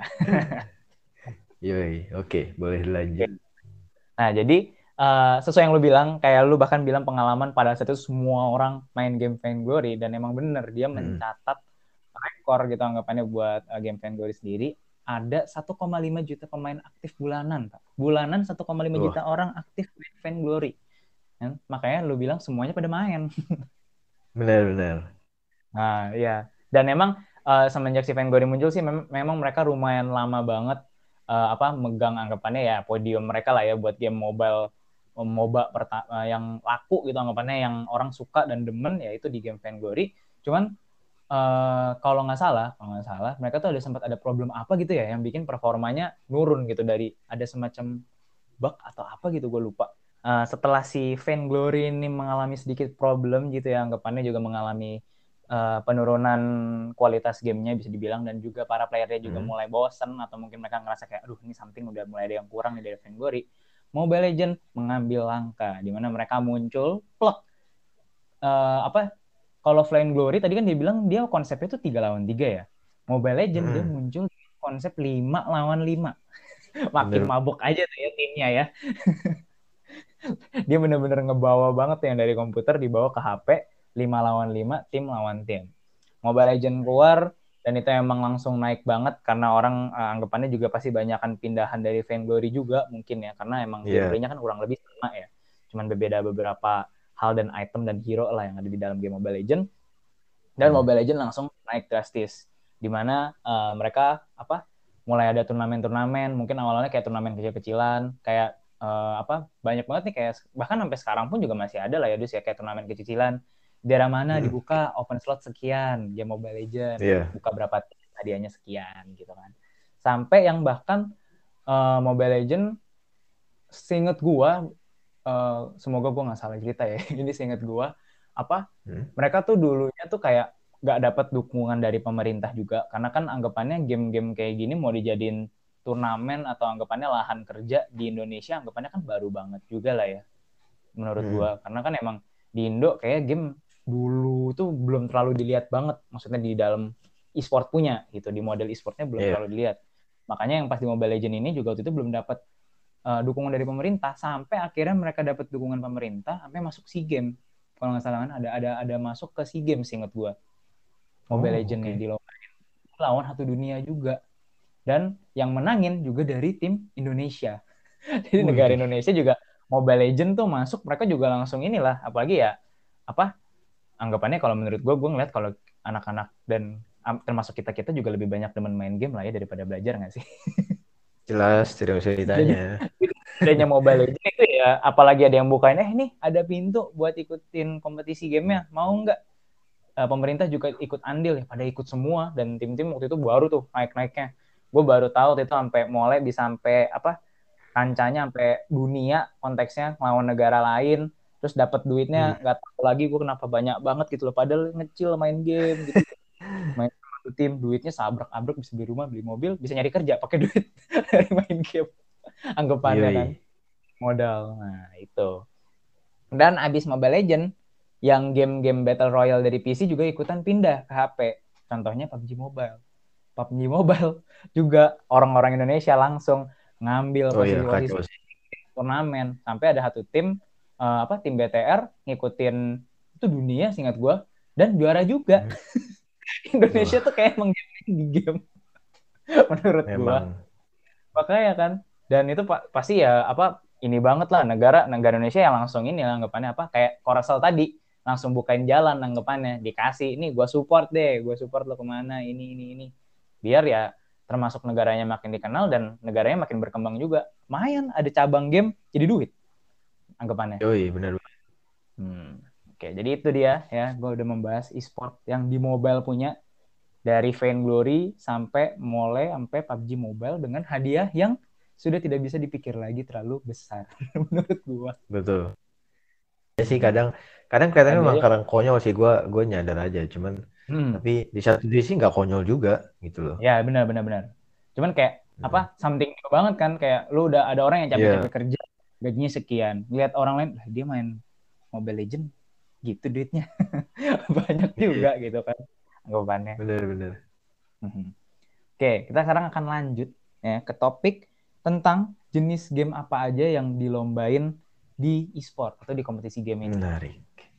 B: Yoi, oke, boleh
A: Oke.
B: dilanjut.
A: Nah, jadi uh, sesuai yang lu bilang, kayak lu bahkan bilang pengalaman pada saat itu semua orang main game Vainglory dan emang bener dia
B: Mm-mm.
A: mencatat rekor gitu anggapannya buat uh, game Vainglory sendiri. Ada satu koma lima juta pemain aktif bulanan, Pak. Bulanan satu koma lima
B: Wah,
A: juta orang aktif main Vainglory. Kan? Makanya lu bilang semuanya pada main.
B: benar-benar.
A: Nah, iya. Dan emang uh, semenjak si Vainglory muncul sih mem- memang mereka lumayan lama banget uh, apa megang anggapannya ya podium mereka lah ya buat game mobile um, MOBA perta- uh, yang laku gitu anggapannya yang orang suka dan demen ya itu di game Vainglory. Cuman uh, kalau nggak salah, kalau nggak salah mereka tuh ada sempat ada problem apa gitu ya yang bikin performanya nurun gitu dari ada semacam bug atau apa gitu gue lupa. Uh, setelah si Vainglory ini mengalami sedikit problem gitu ya anggapannya juga mengalami uh, penurunan kualitas gamenya bisa dibilang dan juga para playernya juga
B: Hmm.
A: mulai bosen atau mungkin mereka ngerasa kayak aduh ini something udah mulai ada yang kurang nih dari Vainglory. Mobile Legends mengambil langkah di mana mereka muncul plek uh, apa kalau Flying Glory tadi kan dia bilang dia konsepnya tuh tiga lawan tiga ya. Mobile Legends dia
B: Mm-mm.
A: muncul konsep lima lawan lima. Makin
B: Bener.
A: mabuk aja tuh ya timnya ya. Dia bener-bener ngebawa banget yang dari komputer dibawa ke H P lima lawan lima tim lawan tim. Mobile Legends keluar dan itu emang langsung naik banget karena orang uh, anggapannya juga pasti banyakan pindahan dari Vainglory juga mungkin ya karena emang
B: Iya.
A: gameplaynya kan kurang lebih sama ya. Cuman berbeda beberapa hal dan item dan hero lah yang ada di dalam game Mobile Legends dan
B: Hmm.
A: Mobile Legends langsung naik drastis di mana uh, mereka apa mulai ada turnamen-turnamen mungkin awalnya kayak turnamen kecil-kecilan kayak uh, apa banyak banget nih kayak bahkan sampai sekarang pun juga masih ada lah ya dus ya kayak turnamen kecil-kecilan daerah mana
B: Mm-mm.
A: dibuka open slot sekian game Mobile Legends
B: Iya.
A: buka berapa hadiahnya sekian gitu kan sampai yang bahkan uh, Mobile Legends seinget gua uh, semoga gua nggak salah cerita ya ini seinget gua apa
B: Hmm.
A: mereka tuh dulunya tuh kayak nggak dapat dukungan dari pemerintah juga karena kan anggapannya game-game kayak gini mau dijadiin turnamen atau anggapannya lahan kerja di Indonesia anggapannya kan baru banget juga lah ya menurut gua
B: Hmm.
A: karena kan emang di Indo kayak game dulu tuh belum terlalu dilihat banget maksudnya di dalam e-sport punya gitu di model e-sportnya belum
B: Iya.
A: terlalu dilihat makanya yang pas di Mobile Legends ini juga waktu itu belum dapat uh, dukungan dari pemerintah sampai akhirnya mereka dapat dukungan pemerintah sampai masuk SEA Games kalau nggak salah kan ada ada ada masuk ke SEA Games ingat gua Mobile
B: Oh,
A: Legends-nya
B: oke.
A: di lawan satu dunia juga dan yang menangin juga dari tim Indonesia jadi negara
B: Wih.
A: Indonesia juga Mobile Legends tuh masuk mereka juga langsung inilah apalagi ya apa anggapannya kalau menurut gue gue ngeliat kalau anak-anak dan termasuk kita kita juga lebih banyak teman main game lah ya daripada belajar nggak sih
B: Jelas, tidak usah
A: jadi
B: ditanya.
A: adanya Mobile Legends itu ya apalagi ada yang bukain eh nih ada pintu buat ikutin kompetisi gamenya mau nggak uh, pemerintah juga ikut andil ya, pada ikut semua, dan tim-tim waktu itu baru tuh naik-naiknya. Gue baru tahu waktu itu sampai mulai bisa sampai apa kancanya sampai dunia konteksnya lawan negara lain, terus dapat duitnya nggak hmm. tahu lagi gue kenapa banyak banget gitu loh, padahal ngecil main game gitu, main satu tim duitnya sabrak-abrek, bisa beli rumah, beli mobil, bisa nyari kerja pakai duit dari main game, anggapannya kan modal. Nah itu. Dan abis Mobile Legends, yang game-game Battle Royale dari P C juga ikutan pindah ke H P. Contohnya P U B G Mobile. P U B G Mobile juga orang-orang Indonesia langsung ngambil
B: oh,
A: posisi-posisi
B: iya,
A: turnamen. Sampai ada satu tim, uh, apa tim B T R ngikutin itu dunia seingat gue, dan juara juga. Hmm. Indonesia oh. tuh kayak emang di game menurut gue. Makanya kan. Dan itu pa- pasti ya apa ini banget lah, negara negara Indonesia yang langsung ini lah anggapannya apa kayak Korsel tadi langsung bukain jalan anggapannya, dikasih ini gue support deh, gue support lo kemana ini ini ini, biar ya termasuk negaranya makin dikenal dan negaranya makin berkembang juga. Lumayan ada cabang game jadi duit anggapannya.
B: Yoi, benar.
A: Hmm. Oke, jadi itu dia ya, gue udah membahas e-sport yang di mobile punya, dari Vainglory sampai mulai sampai P U B G Mobile dengan hadiah yang sudah tidak bisa dipikir lagi terlalu besar menurut gua.
B: Betul. Ya sih kadang kadang kelihatannya memang kadang konyol sih, gua gua nyadar aja, cuman hmm. tapi di satu sisi nggak konyol juga gitu loh.
A: Ya benar benar benar. Cuman kayak hmm. apa something banget kan, kayak lu udah ada orang yang capek-capek yeah. kerja gajinya sekian, lihat orang lain lah dia main Mobile Legends gitu duitnya banyak juga yeah. gitu kan anggapannya.
B: Benar benar.
A: Hmm. Oke, kita sekarang akan lanjut ya ke topik tentang jenis game apa aja yang dilombain di e-sport atau di kompetisi game ini.
B: Menarik.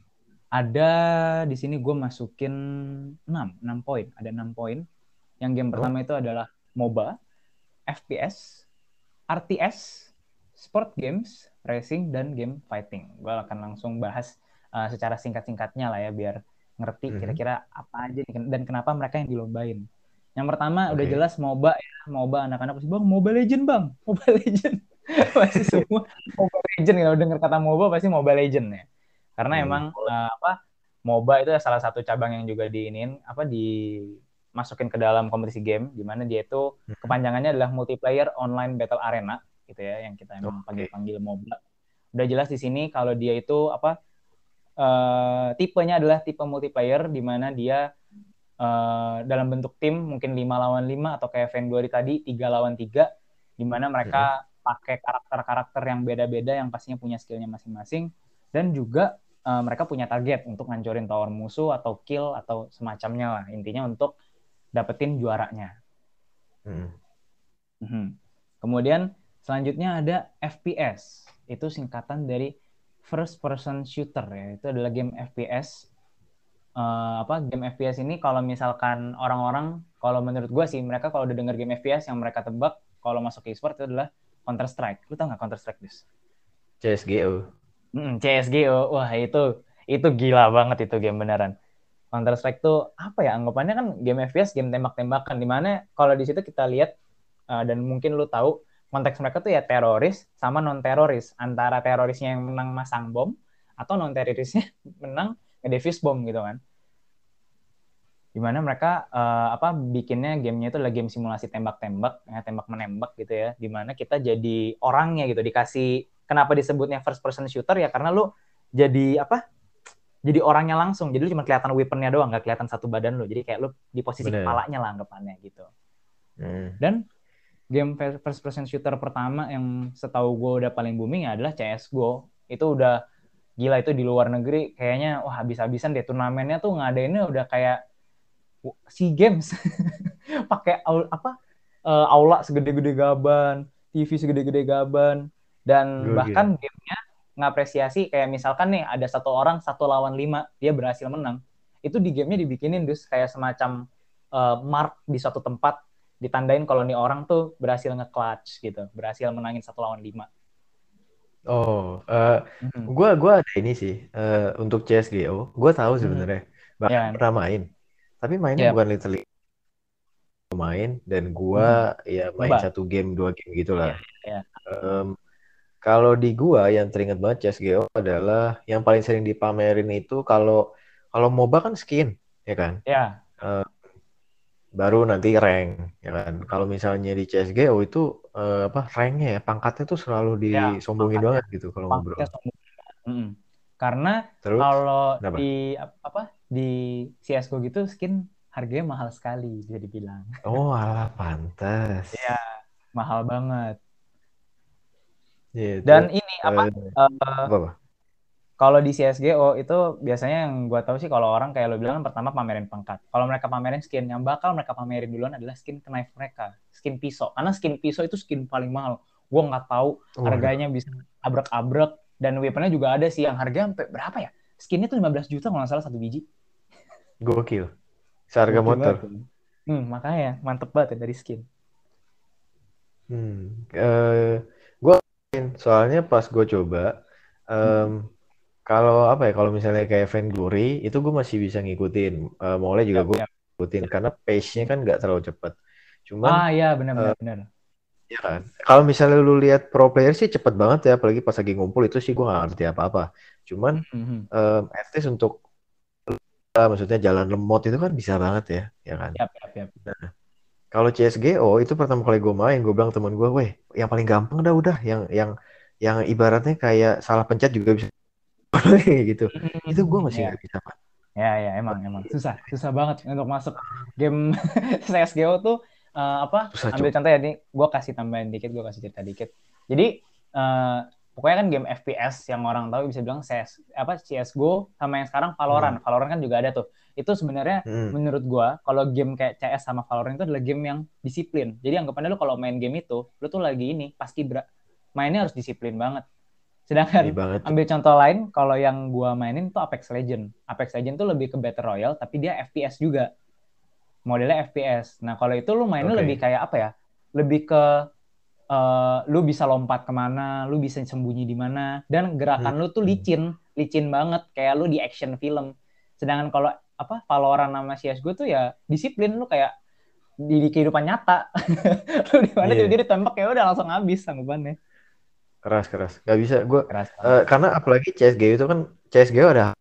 A: Ada di sini gue masukin enam poin. Ada enam poin. Yang game oh. pertama itu adalah MOBA, F P S, R T S, sport games, racing, dan game fighting. Gue akan langsung bahas uh, secara singkat-singkatnya lah ya, biar ngerti mm-hmm. kira-kira apa aja dan kenapa mereka yang dilombain. Yang pertama okay. udah jelas MOBA ya, MOBA anak-anak pasti bang Mobile Legend bang, Mobile Legend pasti semua Mobile Legend, kalau dengar kata MOBA pasti Mobile Legend ya, karena hmm. emang uh, apa MOBA itu salah satu cabang yang juga diinin apa dimasukin ke dalam kompetisi game, di mana dia itu kepanjangannya adalah Multiplayer Online Battle Arena gitu ya, yang kita emang okay. panggil-panggil MOBA. Udah jelas di sini kalau dia itu apa uh, tipenya adalah tipe multiplayer, di mana dia Uh, dalam bentuk tim mungkin lima lawan lima atau kayak Vainglory tadi tiga lawan tiga, di mana mereka mm-hmm. pakai karakter-karakter yang beda-beda yang pastinya punya skillnya masing-masing, dan juga uh, mereka punya target untuk ngancurin tower musuh atau kill atau semacamnya lah, intinya untuk dapetin juaranya. Mm-hmm. Mm-hmm. Kemudian selanjutnya ada F P S, itu singkatan dari first person shooter ya, itu adalah game F P S. Uh, apa game F P S ini kalau misalkan orang-orang, kalau menurut gue sih mereka kalau udah denger game F P S yang mereka tebak kalau masuk ke e-sport itu adalah Counter Strike. Lu tau nggak Counter Strike, Dis?
B: C S G O.
A: Mm, C S G O, wah itu itu gila banget itu game beneran. Counter Strike tuh apa ya, anggapannya kan game F P S, game tembak-tembakan, dimana kalau di situ kita lihat uh, dan mungkin lu tahu konteks mereka tuh ya teroris sama non teroris, antara terorisnya yang menang masang bom atau non terorisnya menang ngedefuse bom gitu kan. Dimana mereka uh, apa bikinnya gamenya itu adalah game simulasi tembak-tembak ya, tembak menembak gitu ya, dimana kita jadi orangnya gitu, dikasih, kenapa disebutnya first person shooter ya karena lu jadi apa jadi orangnya langsung, jadi lu cuma kelihatan weaponnya doang, nggak kelihatan satu badan lu, jadi kayak lu di posisi Bener. Kepalanya lah anggapannya gitu. hmm. Dan game first person shooter pertama yang setahu gue udah paling booming adalah C S G O. Itu udah gila, itu di luar negeri kayaknya wah habis-habisan deh, turnamennya tuh ngadainnya udah kayak SEA Games pakai apa uh, aula segede-gede gaban, T V segede-gede gaban, dan Gua bahkan gitu. Gamenya ngapresiasi kayak misalkan nih ada satu orang satu lawan lima dia berhasil menang, itu di gamenya dibikinin dus kayak semacam uh, mark di suatu tempat, ditandain kalau nih orang tuh berhasil nge-clutch gitu, berhasil menangin satu lawan lima.
B: Oh, uh, mm-hmm. gue gue ada ini sih uh, untuk C S G O, gue tahu sebenarnya, mm-hmm. bahkan yeah. pernah main, tapi mainnya yeah. bukan literally main, dan gue mm-hmm. ya main Mbak. satu game dua game gitulah. Yeah. Yeah. Um, kalau di gue yang teringat banget C S G O adalah yang paling sering dipamerin itu kalau kalau MOBA kan skin, ya kan?
A: Ya.
B: Uh, baru nanti rank, ya kan? Kalau misalnya di C S G O itu uh, apa ranknya ya, pangkatnya tuh selalu
A: Ya,
B: disombongin
A: pangkatnya.
B: banget gitu kalau
A: Pangkatnya
B: ngobrol.
A: sombong. Mm-mm. Karena
B: Terus,
A: kalau
B: kenapa?
A: di apa di C S G O gitu skin harganya mahal sekali bisa dibilang.
B: Oh, alah pantas.
A: Iya, mahal banget.
B: Iya,
A: Dan
B: terus
A: ini apa?
B: uh,
A: eh,
B: apa apa?
A: Kalau di C S G O itu biasanya yang gue tahu sih kalau orang kayak lo bilang kan pertama pamerin pangkat. Kalau mereka pamerin skin, yang bakal mereka pamerin duluan adalah skin knife mereka, skin pisau. Karena skin pisau itu skin paling mahal. Gue nggak tahu
B: Waduh,
A: harganya bisa abrek-abrek, dan weaponnya juga ada sih yang harga sampai berapa ya? Skinnya tuh lima belas juta kalau nggak salah satu biji.
B: gokil. Seharga
A: Gokil
B: motor.
A: banget. Tuh. Hmm, makanya mantep banget ya dari skin.
B: Hmm. Eh, gue soalnya pas gue coba, em,
A: Hmm.
B: kalau apa ya, kalau misalnya kayak Vainglory itu gue masih bisa ngikutin. Eh, Mole juga
A: Yap,
B: gue
A: yap.
B: ngikutin karena pace-nya kan nggak terlalu cepat. Cuman
A: Ah ya,
B: eh,
A: benar-benar benar.
B: ya kan, kalau misalnya lu lihat pro player sih cepet banget ya, apalagi pas lagi ngumpul itu sih gue nggak ngerti apa-apa. Cuman
A: Hmm, hmm.
B: em, at least untuk eh, maksudnya jalan lemot itu kan bisa banget ya, ya kan.
A: Yap, yap, yap.
B: Kalau C S G O itu pertama kali gue main, gue bilang temen gue, weh, yang paling gampang dah udah, yang yang yang ibaratnya kayak salah pencet juga bisa gitu. Itu gue
A: Hmm,
B: masih
A: ya.
B: nggak bisa, Pak.
A: Ya, ya, emang, emang susah, susah banget untuk masuk game C S G O tuh. eh, apa?
B: Susah
A: Ambil
B: cok.
A: contoh ya nih, gue kasih tambahin dikit, gue kasih cerita dikit. Jadi eh, pokoknya kan game F P S yang orang tahu bisa bilang C S, apa C S G O sama yang sekarang
B: Hmm.
A: Valorant. Valorant kan juga ada tuh. Itu sebenarnya
B: Hmm.
A: menurut gue kalau game kayak C S sama Valorant itu adalah game yang disiplin. Jadi anggapannya lu kalau main game itu, lu tuh lagi ini pasti mainnya harus disiplin banget.
B: Ini
A: Sedangkan
B: banget cok.
A: ambil contoh lain, kalau yang gua mainin tuh Apex Legend. Apex Legend tuh lebih ke Battle Royale, tapi dia F P S juga. Modelnya F P S. Nah, kalau itu lu mainnya lebih
B: Oke.
A: kayak apa ya? Lebih ke uh, lu bisa lompat kemana, lu bisa sembunyi di mana, dan
B: Hmm.
A: gerakan lu tuh
B: Hmm.
A: licin, licin banget, kayak lu di action film. Sedangkan kalau apa Valorant sama C S G O tuh ya disiplin, lu kayak di, di kehidupan nyata. Lu di mana
B: Iya,
A: tiba-tiba ditembak ya udah langsung habis sanggupannya.
B: keras keras. Gak bisa gue,
A: Keras
B: eh,
A: banget.
B: karena apalagi C S G O itu kan C S G O ada.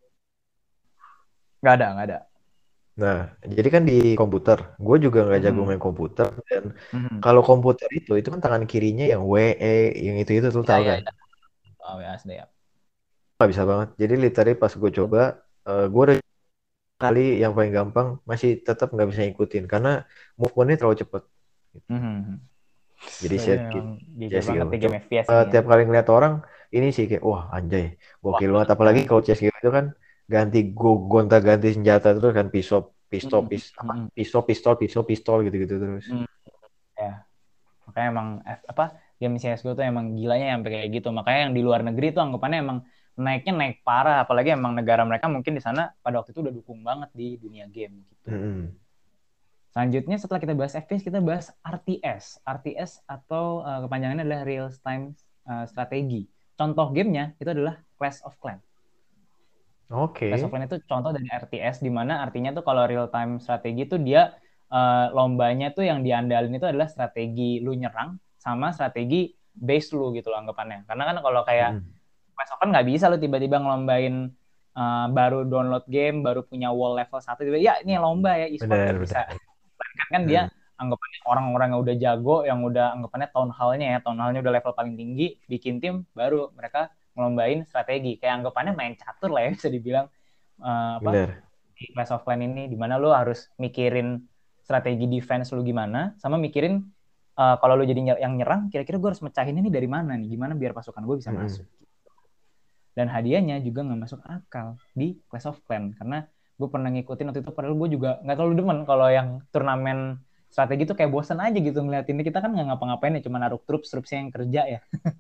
A: Nggak ada, nggak ada.
B: Nah, jadi kan di komputer, gue juga nggak jago
A: Mm-hmm.
B: main komputer dan
A: Mm-hmm.
B: kalau komputer itu itu kan tangan kirinya yang W E yang itu itu tuh
A: Ya,
B: tahu
A: ya,
B: kan?
A: ya. Oh, ya, sudah ya.
B: Nggak bisa banget. Jadi literally pas gue coba, eh, gue udah kali yang paling gampang masih tetap nggak bisa ngikutin karena movementnya terlalu cepet.
A: Mm-hmm.
B: Jadi
A: Berarti
B: saya
A: memang
B: C S
A: gigil
B: G O.
A: banget di
B: Cuma
A: game F P S
B: eh,
A: ini ya.
B: tiap kali ngeliat orang ini sih kayak wah anjay,
A: Wah,
B: gokil banget. Apalagi
A: ya.
B: kalau C S G O itu kan ganti go gonta ganti senjata terus kan pistol pistol
A: Mm-hmm.
B: pis apa
A: Mm-hmm.
B: pistol pistol pistol pistol gitu gitu terus.
A: Mm. Ya, makanya emang F- apa game C S G O tuh emang gilanya sampai kayak gitu. Makanya yang di luar negeri tuh anggapannya emang naiknya naik parah. Apalagi emang negara mereka mungkin di sana pada waktu itu udah dukung banget di dunia game gitu.
B: Mm-mm.
A: Selanjutnya setelah kita bahas F P S, kita bahas R T S. R T S atau uh, kepanjangannya adalah Real Time uh, Strategy. Contoh gamenya itu adalah Clash of Clans. Clash of
B: Oke.
A: Clans itu contoh dari R T S, di mana artinya tuh kalau real time strategi itu dia uh, lombanya tuh yang diandalin itu adalah strategi lu nyerang sama strategi base lu gitu loh anggapannya. Karena kan kalau kayak
B: Mm-mm.
A: Clash of Clans nggak bisa lu tiba-tiba ngelombain uh, baru download game, baru punya wall level satu, tiba ya ini lomba ya e-sport
B: Benar
A: nggak bisa.
B: benar.
A: Kan kan dia
B: Mm.
A: anggapannya orang-orang yang udah jago, yang udah anggapannya town hall-nya ya, town hall-nya udah level paling tinggi, bikin tim baru mereka ngelombain strategi. Kayak anggapannya main catur lah ya bisa dibilang uh, apa
B: Benar.
A: di Clash of Clans ini, dimana lu harus mikirin strategi defense lu gimana, sama mikirin uh, kalau lu jadi yang nyerang, kira-kira gue harus mecahin ini dari mana nih, gimana biar pasukan gue bisa
B: Mm-mm.
A: masuk. Dan hadiahnya juga nggak masuk akal di Clash of Clans, karena gue pernah ngikutin waktu itu, padahal gue juga nggak terlalu demen kalau yang turnamen strategi tuh kayak bosan aja gitu ngeliatin. Kita kan nggak ngapa-ngapain ya, cuma naruh troops troops yang kerja ya.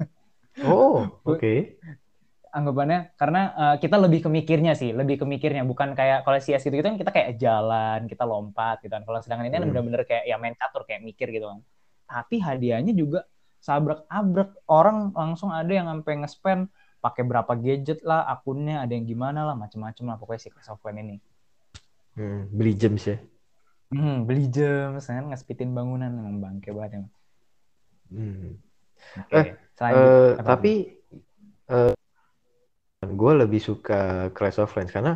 B: Oh, oke.
A: Anggapannya karena uh, kita lebih kemikirnya sih, lebih kemikirnya bukan kayak kalau C S gitu, gitu kan kita kayak jalan, kita lompat gitu kan. Kalau sedangkan ini kan
B: Mm.
A: bener-bener kayak ya main catur, kayak mikir gitu kan. Tapi hadiahnya juga sabrak-abrek, orang langsung ada yang sampai nge-spend pakai berapa gadget lah, akunnya ada yang gimana lah, macam-macam lah pokoknya si Clash of Clans ini.
B: Mm. Beli gems ya.
A: Hmm, beli jam, kan ngespitin bangunan, emang bangke banget emang.
B: Mm.
A: Oke,
B: Eh,
A: selanjut
B: eh
A: apa?
B: tapi gue lebih suka Clash of Clans karena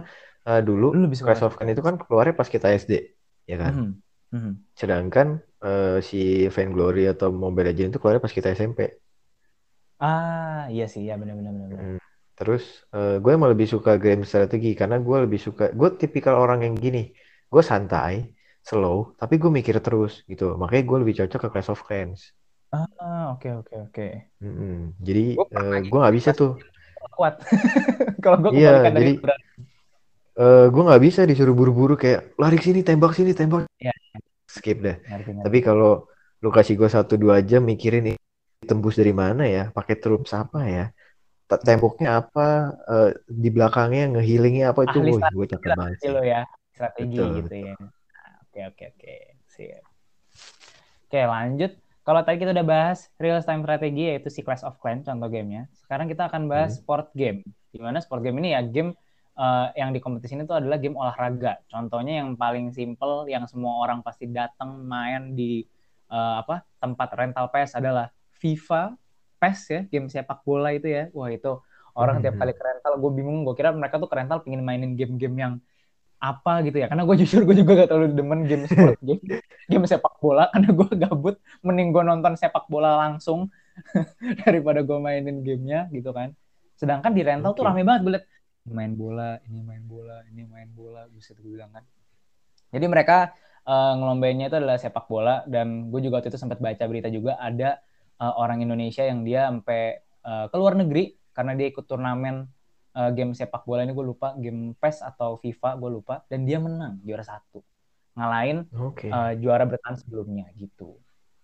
B: uh, dulu
A: Lu lebih suka
B: Clash of Clans itu kan keluarnya pas kita S D, ya kan?
A: Mm-hmm. Mm-hmm.
B: Sedangkan uh, si Vainglory atau Mobile Legends itu keluarnya pas kita S M P.
A: Ah, iya sih, ya benar-benar benar.
B: Hmm. Terus uh, gue emang lebih suka game strategi karena gue lebih suka, gue tipikal orang yang gini, gue santai, slow, tapi gue mikir terus gitu. Makanya gue lebih cocok ke Clash of Clans.
A: Ah, oke oke oke.
B: Mm-mm. Jadi
A: Gue
B: uh,
A: pernah
B: gue
A: gitu
B: nggak
A: di
B: bisa
A: kelas
B: tuh.
A: kuat. Kalau gue
B: Iya,
A: kebalikan dari
B: jadi
A: lu, berarti.
B: uh, gue nggak bisa disuruh buru-buru kayak lari sini, tembak sini, tembak,
A: Ya,
B: skip deh.
A: ngerti
B: Tapi
A: ngerti.
B: kalau lu kasih gue satu dua jam mikirin ini tembus dari mana ya, pakai troops apa ya, T-
A: Hmm.
B: temboknya apa, uh, di belakangnya ngehealingnya apa itu,
A: Ahli
B: woi gue
A: strategi
B: cakep
A: lah
B: banget
A: berarti
B: sih.
A: lo ya, strategi
B: Betul,
A: gitu
B: betul.
A: ya. Nah, oke oke oke. Sip. Oke, lanjut. Kalau tadi kita udah bahas real time strategi yaitu si Clash of Clans contoh gamenya. Sekarang kita akan bahas
B: Hmm.
A: sport game. Dimana sport game ini ya game uh, yang di kompetisi ini tuh adalah game olahraga. Contohnya yang paling simple yang semua orang pasti datang main di uh, apa tempat rental P E S adalah FIFA, P E S ya, game sepak bola itu ya. Wah itu orang tiap
B: Hmm.
A: kali ke rental gue bingung. Gue kira mereka tuh ke rental pengen mainin game-game yang apa gitu ya, karena gue jujur gue juga gak terlalu demen game sport game game sepak bola karena gue gabut, mending gue nonton sepak bola langsung daripada gue mainin gamenya gitu kan. Sedangkan di rental tuh
B: Oke.
A: rame banget gue liat main bola ini main bola ini main bola buset gue bilang kan. Jadi mereka uh, ngelombainnya itu adalah sepak bola, dan gue juga waktu itu sempat baca berita juga ada uh, orang Indonesia yang dia sampai uh, ke luar negeri karena dia ikut turnamen uh, game sepak bola ini, gue lupa game P E S atau FIFA gue lupa, dan dia menang juara satu ngalahin
B: Oke.
A: uh, juara bertahan sebelumnya gitu.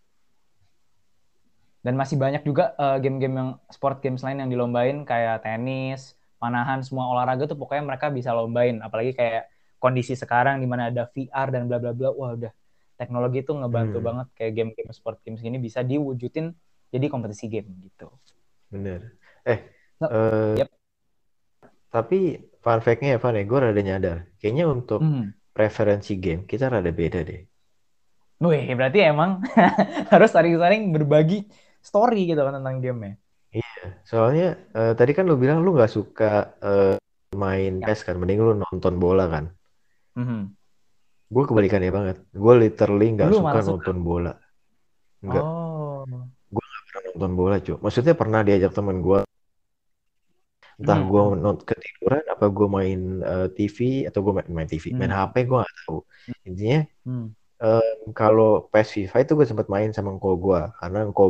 A: Dan masih banyak juga uh, game-game yang sport games lain yang dilombain kayak tenis, panahan, semua olahraga tuh pokoknya mereka bisa lombain. Apalagi kayak kondisi sekarang di mana ada V R dan bla bla bla. Wah, udah teknologi tuh ngebantu
B: Hmm.
A: banget kayak game-game sport games ini bisa diwujudin jadi kompetisi game gitu.
B: Bener. Eh,
A: So,
B: uh,
A: yep.
B: tapi fun fact-nya ya, Van ya, gue rada nyadar. Kayaknya untuk
A: Hmm.
B: preferensi game kita rada beda deh.
A: Wih, berarti emang harus saling-saling berbagi story gitu kan tentang game ya.
B: Iya, soalnya uh, tadi kan lu bilang lu nggak suka uh, main
A: Ya.
B: P E S kan, mending lu nonton bola kan.
A: Mm-hmm.
B: Gue kebalikannya banget. Gue literally nggak
A: Lu
B: suka
A: malah suka.
B: nonton bola. Nggak,
A: Oh.
B: gue nggak pernah nonton bola, cuy. Maksudnya pernah diajak temen gue, entah gue
A: Mm-hmm.
B: not ketiduran, apa gue main uh, T V, atau gue main, main T V, main
A: Mm-hmm.
B: H P, gue nggak tahu. Intinya
A: Mm-hmm.
B: uh, kalau P E S FIFA itu gue sempat main sama engkau gue, karena engkau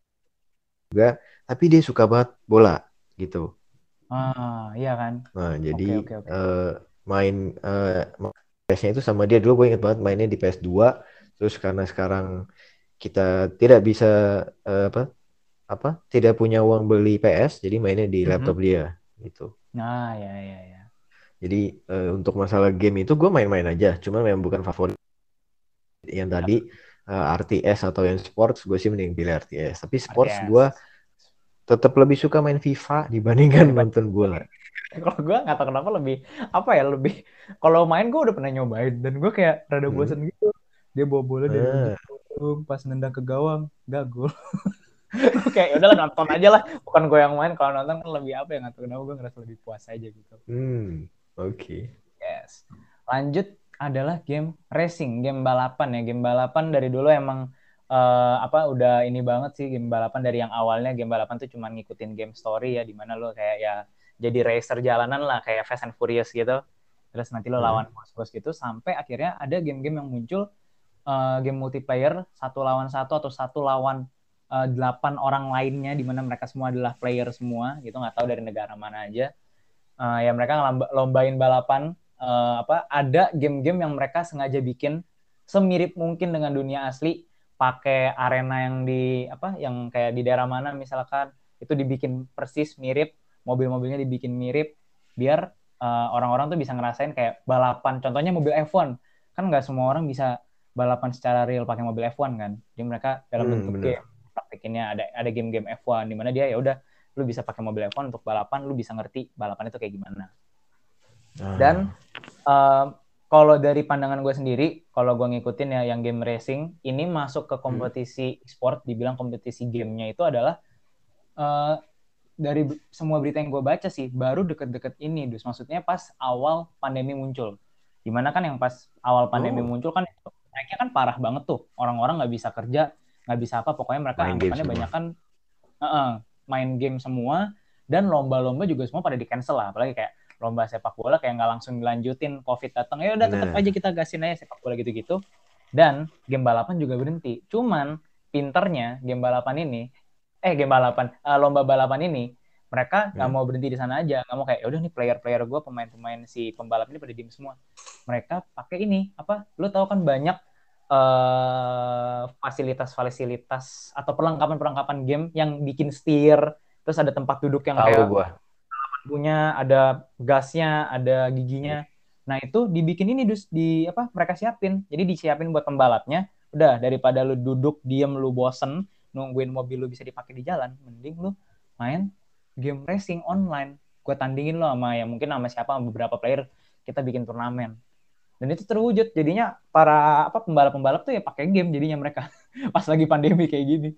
B: juga, tapi dia suka banget bola gitu.
A: Ah, iya kan.
B: Nah, jadi
A: Oke, oke, oke.
B: uh, main uh, P E S-nya itu sama dia dulu, gue inget banget mainnya di P S dua. Terus karena sekarang kita tidak bisa uh, apa apa tidak punya uang beli P S, jadi mainnya di laptop
A: Mhm.
B: dia gitu.
A: Nah, ya, ya, ya.
B: Jadi uh, untuk masalah game itu gue main-main aja, cuman memang bukan favorit. Yang
A: Ya,
B: tadi uh, R T S atau yang sports, gue sih mending pilih R T S. Tapi sports gue
A: R T S.
B: tetap lebih suka main FIFA dibandingkan
A: Daripada
B: nonton bola.
A: kalau gue nggak tahu kenapa lebih apa ya lebih kalau main gue udah pernah nyobain dan gue kayak rada
B: Hmm.
A: bosen gitu. Dia bawa bola dari ujung
B: Nah,
A: ke ujung, pas nendang ke gawang gak gol. Gue kayak ya udahlah nonton aja lah. Bukan gue yang main, kalau nonton kan lebih apa ya, nggak tahu kenapa gue ngerasa lebih puas aja gitu.
B: hmm, oke. Okay.
A: Yes. Lanjut adalah game racing, game balapan ya. Game balapan dari dulu emang uh, apa udah ini banget sih game balapan, dari yang awalnya game balapan tuh cuma ngikutin game story ya, dimana lo kayak ya jadi racer jalanan lah kayak Fast and Furious gitu. Terus nanti lo lawan
B: Hmm.
A: bos-bos gitu sampai akhirnya ada game-game yang muncul uh, game multiplayer satu lawan satu atau satu lawan uh, delapan orang lainnya, dimana mereka semua adalah player semua gitu, nggak tahu dari negara mana aja. Uh, ya mereka lombain balapan. Uh, apa ada game-game yang mereka sengaja bikin semirip mungkin dengan dunia asli, pakai arena yang di apa yang kayak di daerah mana misalkan itu dibikin persis mirip, mobil-mobilnya dibikin mirip biar uh, orang-orang tuh bisa ngerasain kayak balapan. Contohnya mobil F satu kan nggak semua orang bisa balapan secara real pakai mobil F satu kan, jadi mereka dalam
B: Hmm,
A: bentuk game
B: bener.
A: praktikinnya ada ada game-game F satu di mana dia ya udah lu bisa pakai mobil F satu untuk balapan, lu bisa ngerti balapan itu kayak gimana. Dan
B: Ah.
A: uh, kalau dari pandangan gue sendiri, kalau gue ngikutin ya yang game racing, ini masuk ke
B: Hmm.
A: kompetisi sport, dibilang kompetisi gamenya itu adalah uh, dari semua berita yang gue baca sih baru deket-deket ini, dus maksudnya pas awal pandemi muncul. Dimana kan yang pas awal pandemi oh. muncul kan naiknya kan parah banget tuh, orang-orang nggak bisa kerja, nggak bisa apa, pokoknya mereka main anggapannya banyak kan uh-uh, main game semua, dan lomba-lomba juga semua pada di cancel lah, apalagi kayak lomba sepak bola kayak nggak langsung dilanjutin, covid datang, ya udah tetap aja kita gasin aja sepak bola gitu-gitu, dan game balapan juga berhenti. Cuman pinternya game balapan ini, eh game balapan, uh, lomba balapan ini, mereka nggak hmm. mau berhenti di sana aja, nggak mau kayak, udah nih player-player gue, pemain-pemain si pembalap ini pada diem semua. Mereka pakai ini, apa, lu tahu kan banyak uh, fasilitas-fasilitas atau perlengkapan-perlengkapan game yang bikin steer, terus ada tempat duduk yang
B: tahu
A: kayak
B: gua.
A: punya, ada gasnya, ada giginya. Nah itu dibikin ini dus di apa mereka siapin. Jadi disiapin buat pembalapnya. Udah daripada lu duduk diem lu bosen nungguin mobil lu bisa dipakai di jalan, mending lu main game racing online. Gue tandingin lo sama ya mungkin sama siapa, sama beberapa player, kita bikin turnamen. Dan itu terwujud. Jadinya para apa pembalap-pembalap tuh ya pakai game jadinya mereka pas lagi pandemi kayak gini.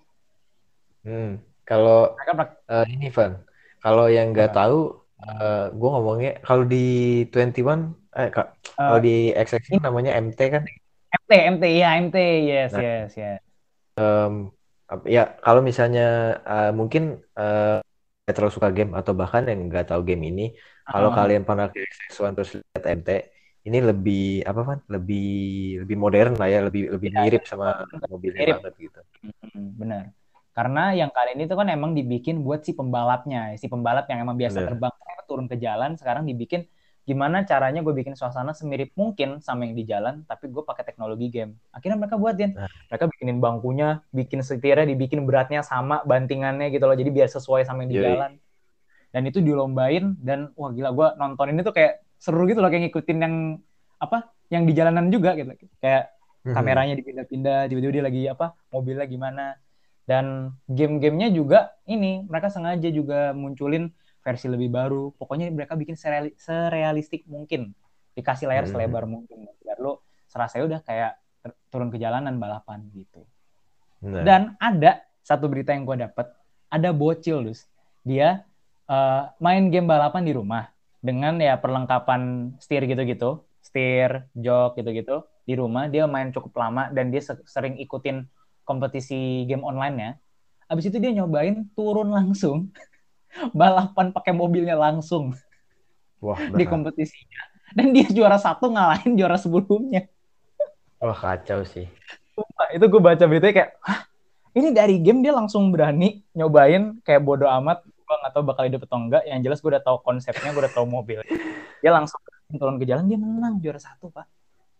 B: Hmm. Kalau uh, ini Van, kalau yang nggak tahu, uh, gue ngomongnya kalau di dua puluh satu, eh kak, uh, kalau di X X ini namanya M T kan?
A: M T, M T ya M T, yes, nah, yes, yes.
B: Um, ya kalau misalnya uh, mungkin uh, nggak terlalu suka game atau bahkan yang nggak tahu game ini, kalau uh. kalian pernah ke X X satu terus lihat M T, ini lebih apa Van? Lebih lebih modern lah ya, lebih lebih ya, mirip ya, sama mobilnya mirip banget gitu.
A: Benar. Karena yang kali ini tuh kan emang dibikin buat si pembalapnya, si pembalap yang emang biasa Bener. terbang turun ke jalan, sekarang dibikin gimana caranya gue bikin suasana semirip mungkin sama yang di jalan, tapi gue pakai teknologi game. Akhirnya mereka buatin, nah. mereka bikinin bangkunya, bikin setirnya, dibikin beratnya sama bantingannya gitu loh, jadi biar sesuai sama yang di Yui. jalan. Dan itu dilombain, dan wah gila, gue nonton ini tuh kayak seru gitu loh, kayak ngikutin yang apa, yang di jalanan juga gitu, kayak mm-hmm. kameranya dipindah-pindah, tiba-tiba dia lagi apa, mobilnya gimana. Dan game-gamenya juga ini, mereka sengaja juga munculin versi lebih baru. Pokoknya mereka bikin sereali- serealistik mungkin. Dikasih layar hmm. selebar mungkin. Biar lo serasa udah kayak ter- turun ke jalanan balapan gitu. Nah. Dan ada satu berita yang gue dapet. Ada bocil, dus. Dia uh, main game balapan di rumah. Dengan ya perlengkapan setir gitu-gitu. Setir, jok gitu-gitu. Di rumah dia main cukup lama. Dan dia sering ikutin kompetisi game online-nya. Abis itu dia nyobain turun langsung balapan pakai mobilnya langsung.
B: Wah,
A: di kompetisinya. Dan dia juara satu ngalahin juara sebelumnya.
B: Wah, kacau sih.
A: Sumpah, itu gue baca beritanya kayak, hah? Ini dari game dia langsung berani nyobain kayak bodo amat. Gue nggak tahu bakal dapet atau enggak. Yang jelas gue udah tahu konsepnya, gue udah tahu mobil. Dia langsung turun ke jalan, dia menang juara satu, Pak.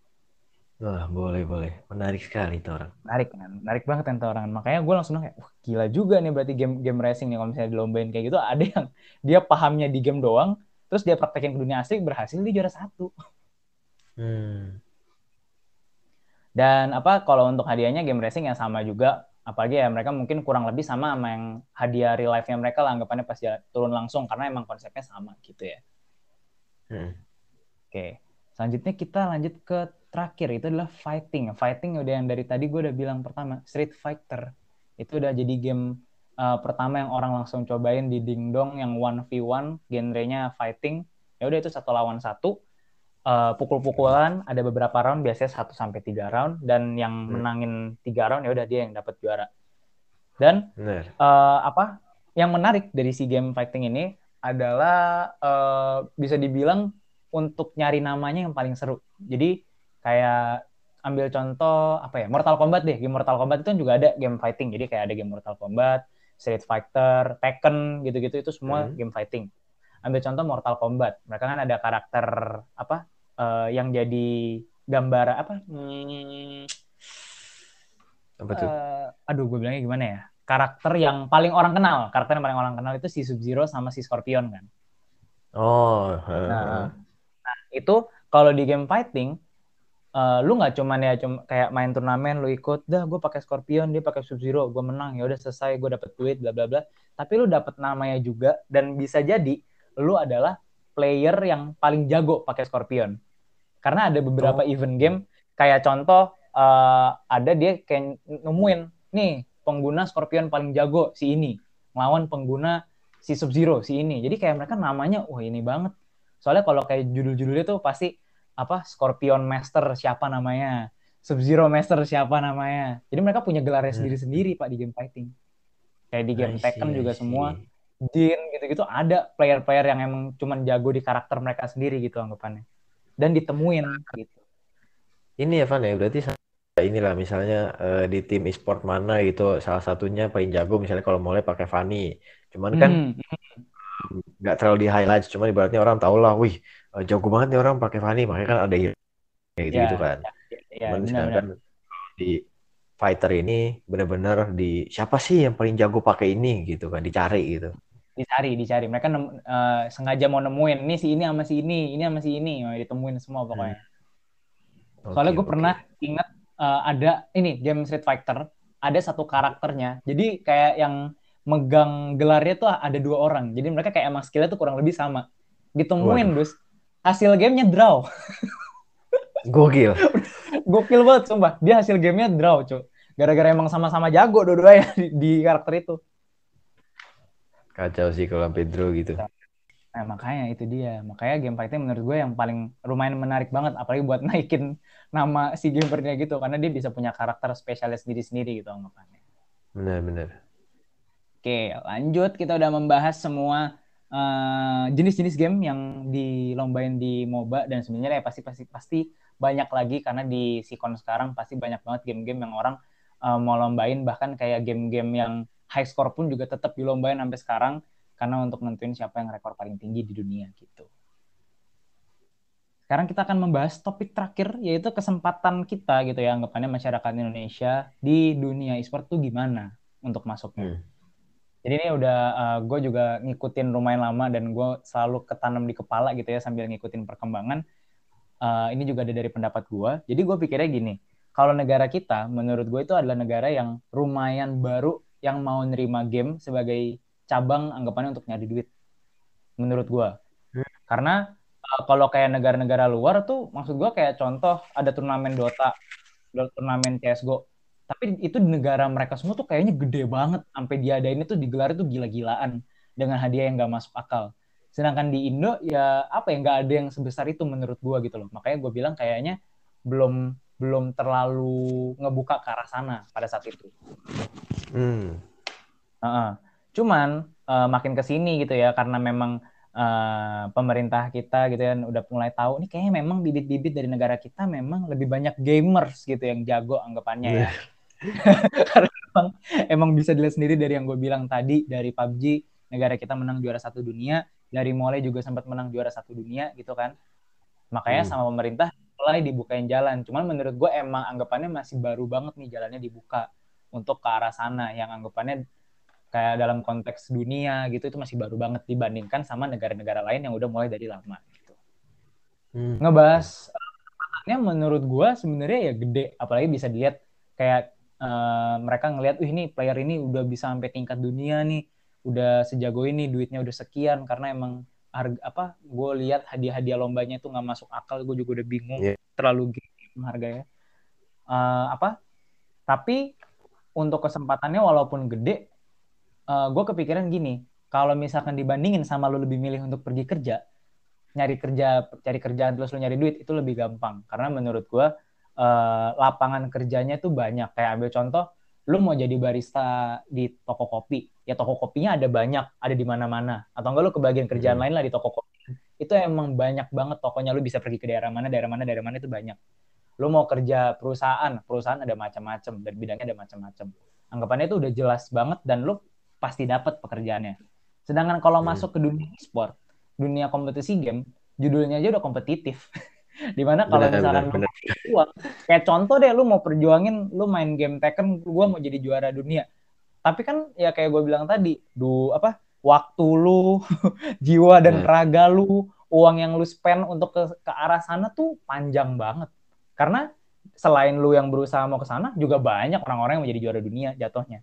B: Wah, boleh, boleh. Menarik sekali itu orang.
A: Menarik, kan? Menarik banget kan itu orang. Makanya gue langsung kayak, wah gila juga nih berarti game game racing nih. Kalau misalnya dilombain kayak gitu, ada yang dia pahamnya di game doang, terus dia praktekin ke dunia asli, berhasil dia juara satu.
B: Hmm.
A: Dan apa, kalau untuk hadiahnya game racing yang sama juga, apalagi ya mereka mungkin kurang lebih sama sama yang hadiah real life-nya mereka lah, anggapannya pas dia turun langsung, karena emang konsepnya sama gitu ya.
B: Hmm.
A: Oke. Selanjutnya kita lanjut ke terakhir, itu adalah fighting. Fighting udah yang dari tadi gue udah bilang pertama, Street Fighter. Itu udah jadi game uh, pertama yang orang langsung cobain di Dingdong yang one v one, genrenya fighting. Ya udah itu satu lawan satu, uh, pukul-pukulan, ada beberapa round, biasanya satu sampai tiga round, dan yang menangin tiga round ya udah dia yang dapat juara. Dan uh, apa yang menarik dari si game fighting ini adalah uh, bisa dibilang untuk nyari namanya yang paling seru. Jadi kayak ambil contoh apa ya, Mortal Kombat deh. Game Mortal Kombat itu kan juga ada game fighting. Jadi kayak ada game Mortal Kombat, Street Fighter, Tekken gitu-gitu, itu semua hmm. game fighting. Ambil contoh Mortal Kombat. Mereka kan ada karakter apa uh, yang jadi gambar apa? Hmm,
B: apa tuh?
A: Uh, aduh, gue bilangnya gimana ya? Karakter yang paling orang kenal. Karakter yang paling orang kenal itu si Sub-Zero sama si Scorpion kan.
B: Oh.
A: Nah, nah itu kalau di game fighting, uh, lu nggak cuman ya cuma kayak main turnamen, lu ikut, dah gue pakai Scorpion, dia pakai Sub-Zero, gue menang, ya udah selesai, gue dapet duit, bla bla bla. Tapi lu dapet namanya juga, dan bisa jadi lu adalah player yang paling jago pakai Scorpion. Karena ada beberapa oh. event game, kayak contoh uh, ada dia kayak nemuin nih pengguna Scorpion paling jago si ini, ngelawan pengguna si Sub-Zero, si ini. Jadi kayak mereka namanya, wah ini banget. Soalnya kalau kayak judul-judulnya tuh pasti apa Scorpion Master siapa namanya, Sub-Zero Master siapa namanya. Jadi mereka punya gelarnya
B: Hmm.
A: sendiri-sendiri Pak di game fighting. Kayak di game
B: I
A: Tekken
B: see, I
A: juga semua,
B: see.
A: Jin gitu-gitu ada player-player yang emang cuman jago di karakter mereka sendiri gitu anggapannya. Dan ditemuin gitu.
B: Ini ya Van ya, berarti inilah misalnya uh, di tim e-sport mana gitu salah satunya paling jago misalnya kalau mulai pakai Fanny. Cuman kan
A: Hmm.
B: nggak terlalu di highlight, cuman ibaratnya orang tahu lah, wih uh, jago banget nih orang pakai Fanny, makanya kan ada hero kayak gitu-gitu
A: Ya,
B: kan.
A: ya, ya
B: Cuman sedangkan
A: benar-benar.
B: di fighter ini benar-benar di siapa sih yang paling jago pakai ini gitu kan dicari gitu.
A: Dicari, dicari. Mereka nem- uh, sengaja mau nemuin ini si ini sama si ini, ini sama si ini, oh, ditemuin semua
B: Hmm.
A: pokoknya. Soalnya
B: Oke,
A: gue pernah
B: oke.
A: inget uh, ada ini game Street Fighter, ada satu karakternya. Jadi kayak yang megang gelarnya tuh ada dua orang. Jadi mereka kayak emang skillnya tuh kurang lebih sama. Ditemuin,
B: Waduh,
A: dus. Hasil gamenya draw.
B: gokil.
A: Gokil banget, sumpah. Dia hasil gamenya draw, cuy. Gara-gara emang sama-sama jago dua-duanya di, di karakter itu.
B: Kacau sih kalau sampai draw gitu.
A: Nah, makanya itu dia. Makanya game fighting menurut gue yang paling lumayan menarik banget. Apalagi buat naikin nama si gamernya gitu. Karena dia bisa punya karakter spesialis sendiri-sendiri gitu anggapannya.
B: Benar-benar.
A: Oke, lanjut. Kita udah membahas semua uh, jenis-jenis game yang dilombain di MOBA. Dan sebenarnya ya pasti, pasti, pasti banyak lagi. Karena di Sikon sekarang pasti banyak banget game-game yang orang uh, mau lombain. Bahkan kayak game-game yang high score pun juga tetap dilombain sampai sekarang. Karena untuk nentuin siapa yang rekor paling tinggi di dunia gitu. Sekarang kita akan membahas topik terakhir, yaitu kesempatan kita gitu ya, anggapannya masyarakat Indonesia di dunia e-sport tuh gimana untuk masuknya.
B: Hmm.
A: Jadi ini udah uh, gue juga ngikutin lumayan lama dan gue selalu ketanam di kepala gitu ya sambil ngikutin perkembangan. Uh, ini juga ada dari pendapat gue. Jadi gue pikirnya gini, kalau negara kita menurut gue itu adalah negara yang lumayan baru yang mau nerima game sebagai cabang anggapannya untuk nyari duit. Menurut gue. Karena uh, kalau kayak negara-negara luar tuh maksud gue kayak contoh ada turnamen Dota, turnamen C S G O. Tapi itu di negara mereka semua tuh kayaknya gede banget. Sampai diadain itu digelar itu gila-gilaan dengan hadiah yang gak masuk akal. Sedangkan di Indo ya apa ya nggak ada yang sebesar itu menurut gue gitu loh. Makanya gue bilang kayaknya belum belum terlalu ngebuka ke arah sana pada saat itu.
B: Hmm.
A: Uh-uh. Cuman uh, makin kesini gitu ya karena memang uh, pemerintah kita gitu kan udah mulai tahu nih kayaknya memang bibit-bibit dari negara kita memang lebih banyak gamers gitu yang jago anggapannya ya. Karena emang, emang bisa dilihat sendiri dari yang gue bilang tadi dari P U B G negara kita menang juara satu dunia, dari Mole juga sempat menang juara satu dunia gitu kan. Makanya
B: Hmm.
A: sama pemerintah mulai dibukain jalan. Cuman menurut gue emang anggapannya masih baru banget nih jalannya dibuka untuk ke arah sana yang anggapannya kayak dalam konteks dunia gitu itu masih baru banget dibandingkan sama negara-negara lain yang udah mulai dari lama gitu.
B: Hmm.
A: Ngebahas kesempatannya menurut gue sebenarnya ya gede, apalagi bisa dilihat kayak uh, mereka ngelihat, wih ini player ini udah bisa sampai tingkat dunia nih, udah sejago ini, duitnya udah sekian karena emang harga apa? Gue lihat hadiah-hadiah lombanya itu nggak masuk akal, gue juga udah bingung
B: Yeah.
A: terlalu gede harganya. Uh, apa? Tapi untuk kesempatannya walaupun gede, Uh, gue kepikiran gini, kalau misalkan dibandingin sama lu lebih milih untuk pergi kerja, nyari kerja, cari kerjaan terus lu nyari duit itu lebih gampang. Karena menurut gue uh, lapangan kerjanya tuh banyak. Kayak ambil contoh, lu mau jadi barista di toko kopi, ya toko kopinya ada banyak, ada di mana-mana. Atau enggak lu kebagian kerjaan
B: Hmm.
A: lain lah di toko kopi. Itu emang banyak banget tokonya, lu bisa pergi ke daerah mana, daerah mana, daerah mana itu banyak. Lu mau kerja perusahaan, perusahaan ada macam-macam dan bidangnya ada macam-macam. Anggapannya itu udah jelas banget dan lu pasti dapat pekerjaannya. Sedangkan kalau
B: Hmm.
A: masuk ke dunia e-sport, dunia kompetisi game, judulnya aja udah kompetitif. Dimana kalau misalkan lu mau uang, kayak contoh deh, lu mau perjuangin, lu main game Tekken, gue mau jadi juara dunia. Tapi kan ya kayak gue bilang tadi, du apa waktu lu, jiwa dan
B: Benar.
A: raga lu, uang yang lu spend untuk ke, ke arah sana tuh panjang banget. Karena selain lu yang berusaha mau ke sana, juga banyak orang-orang yang mau jadi juara dunia jatuhnya.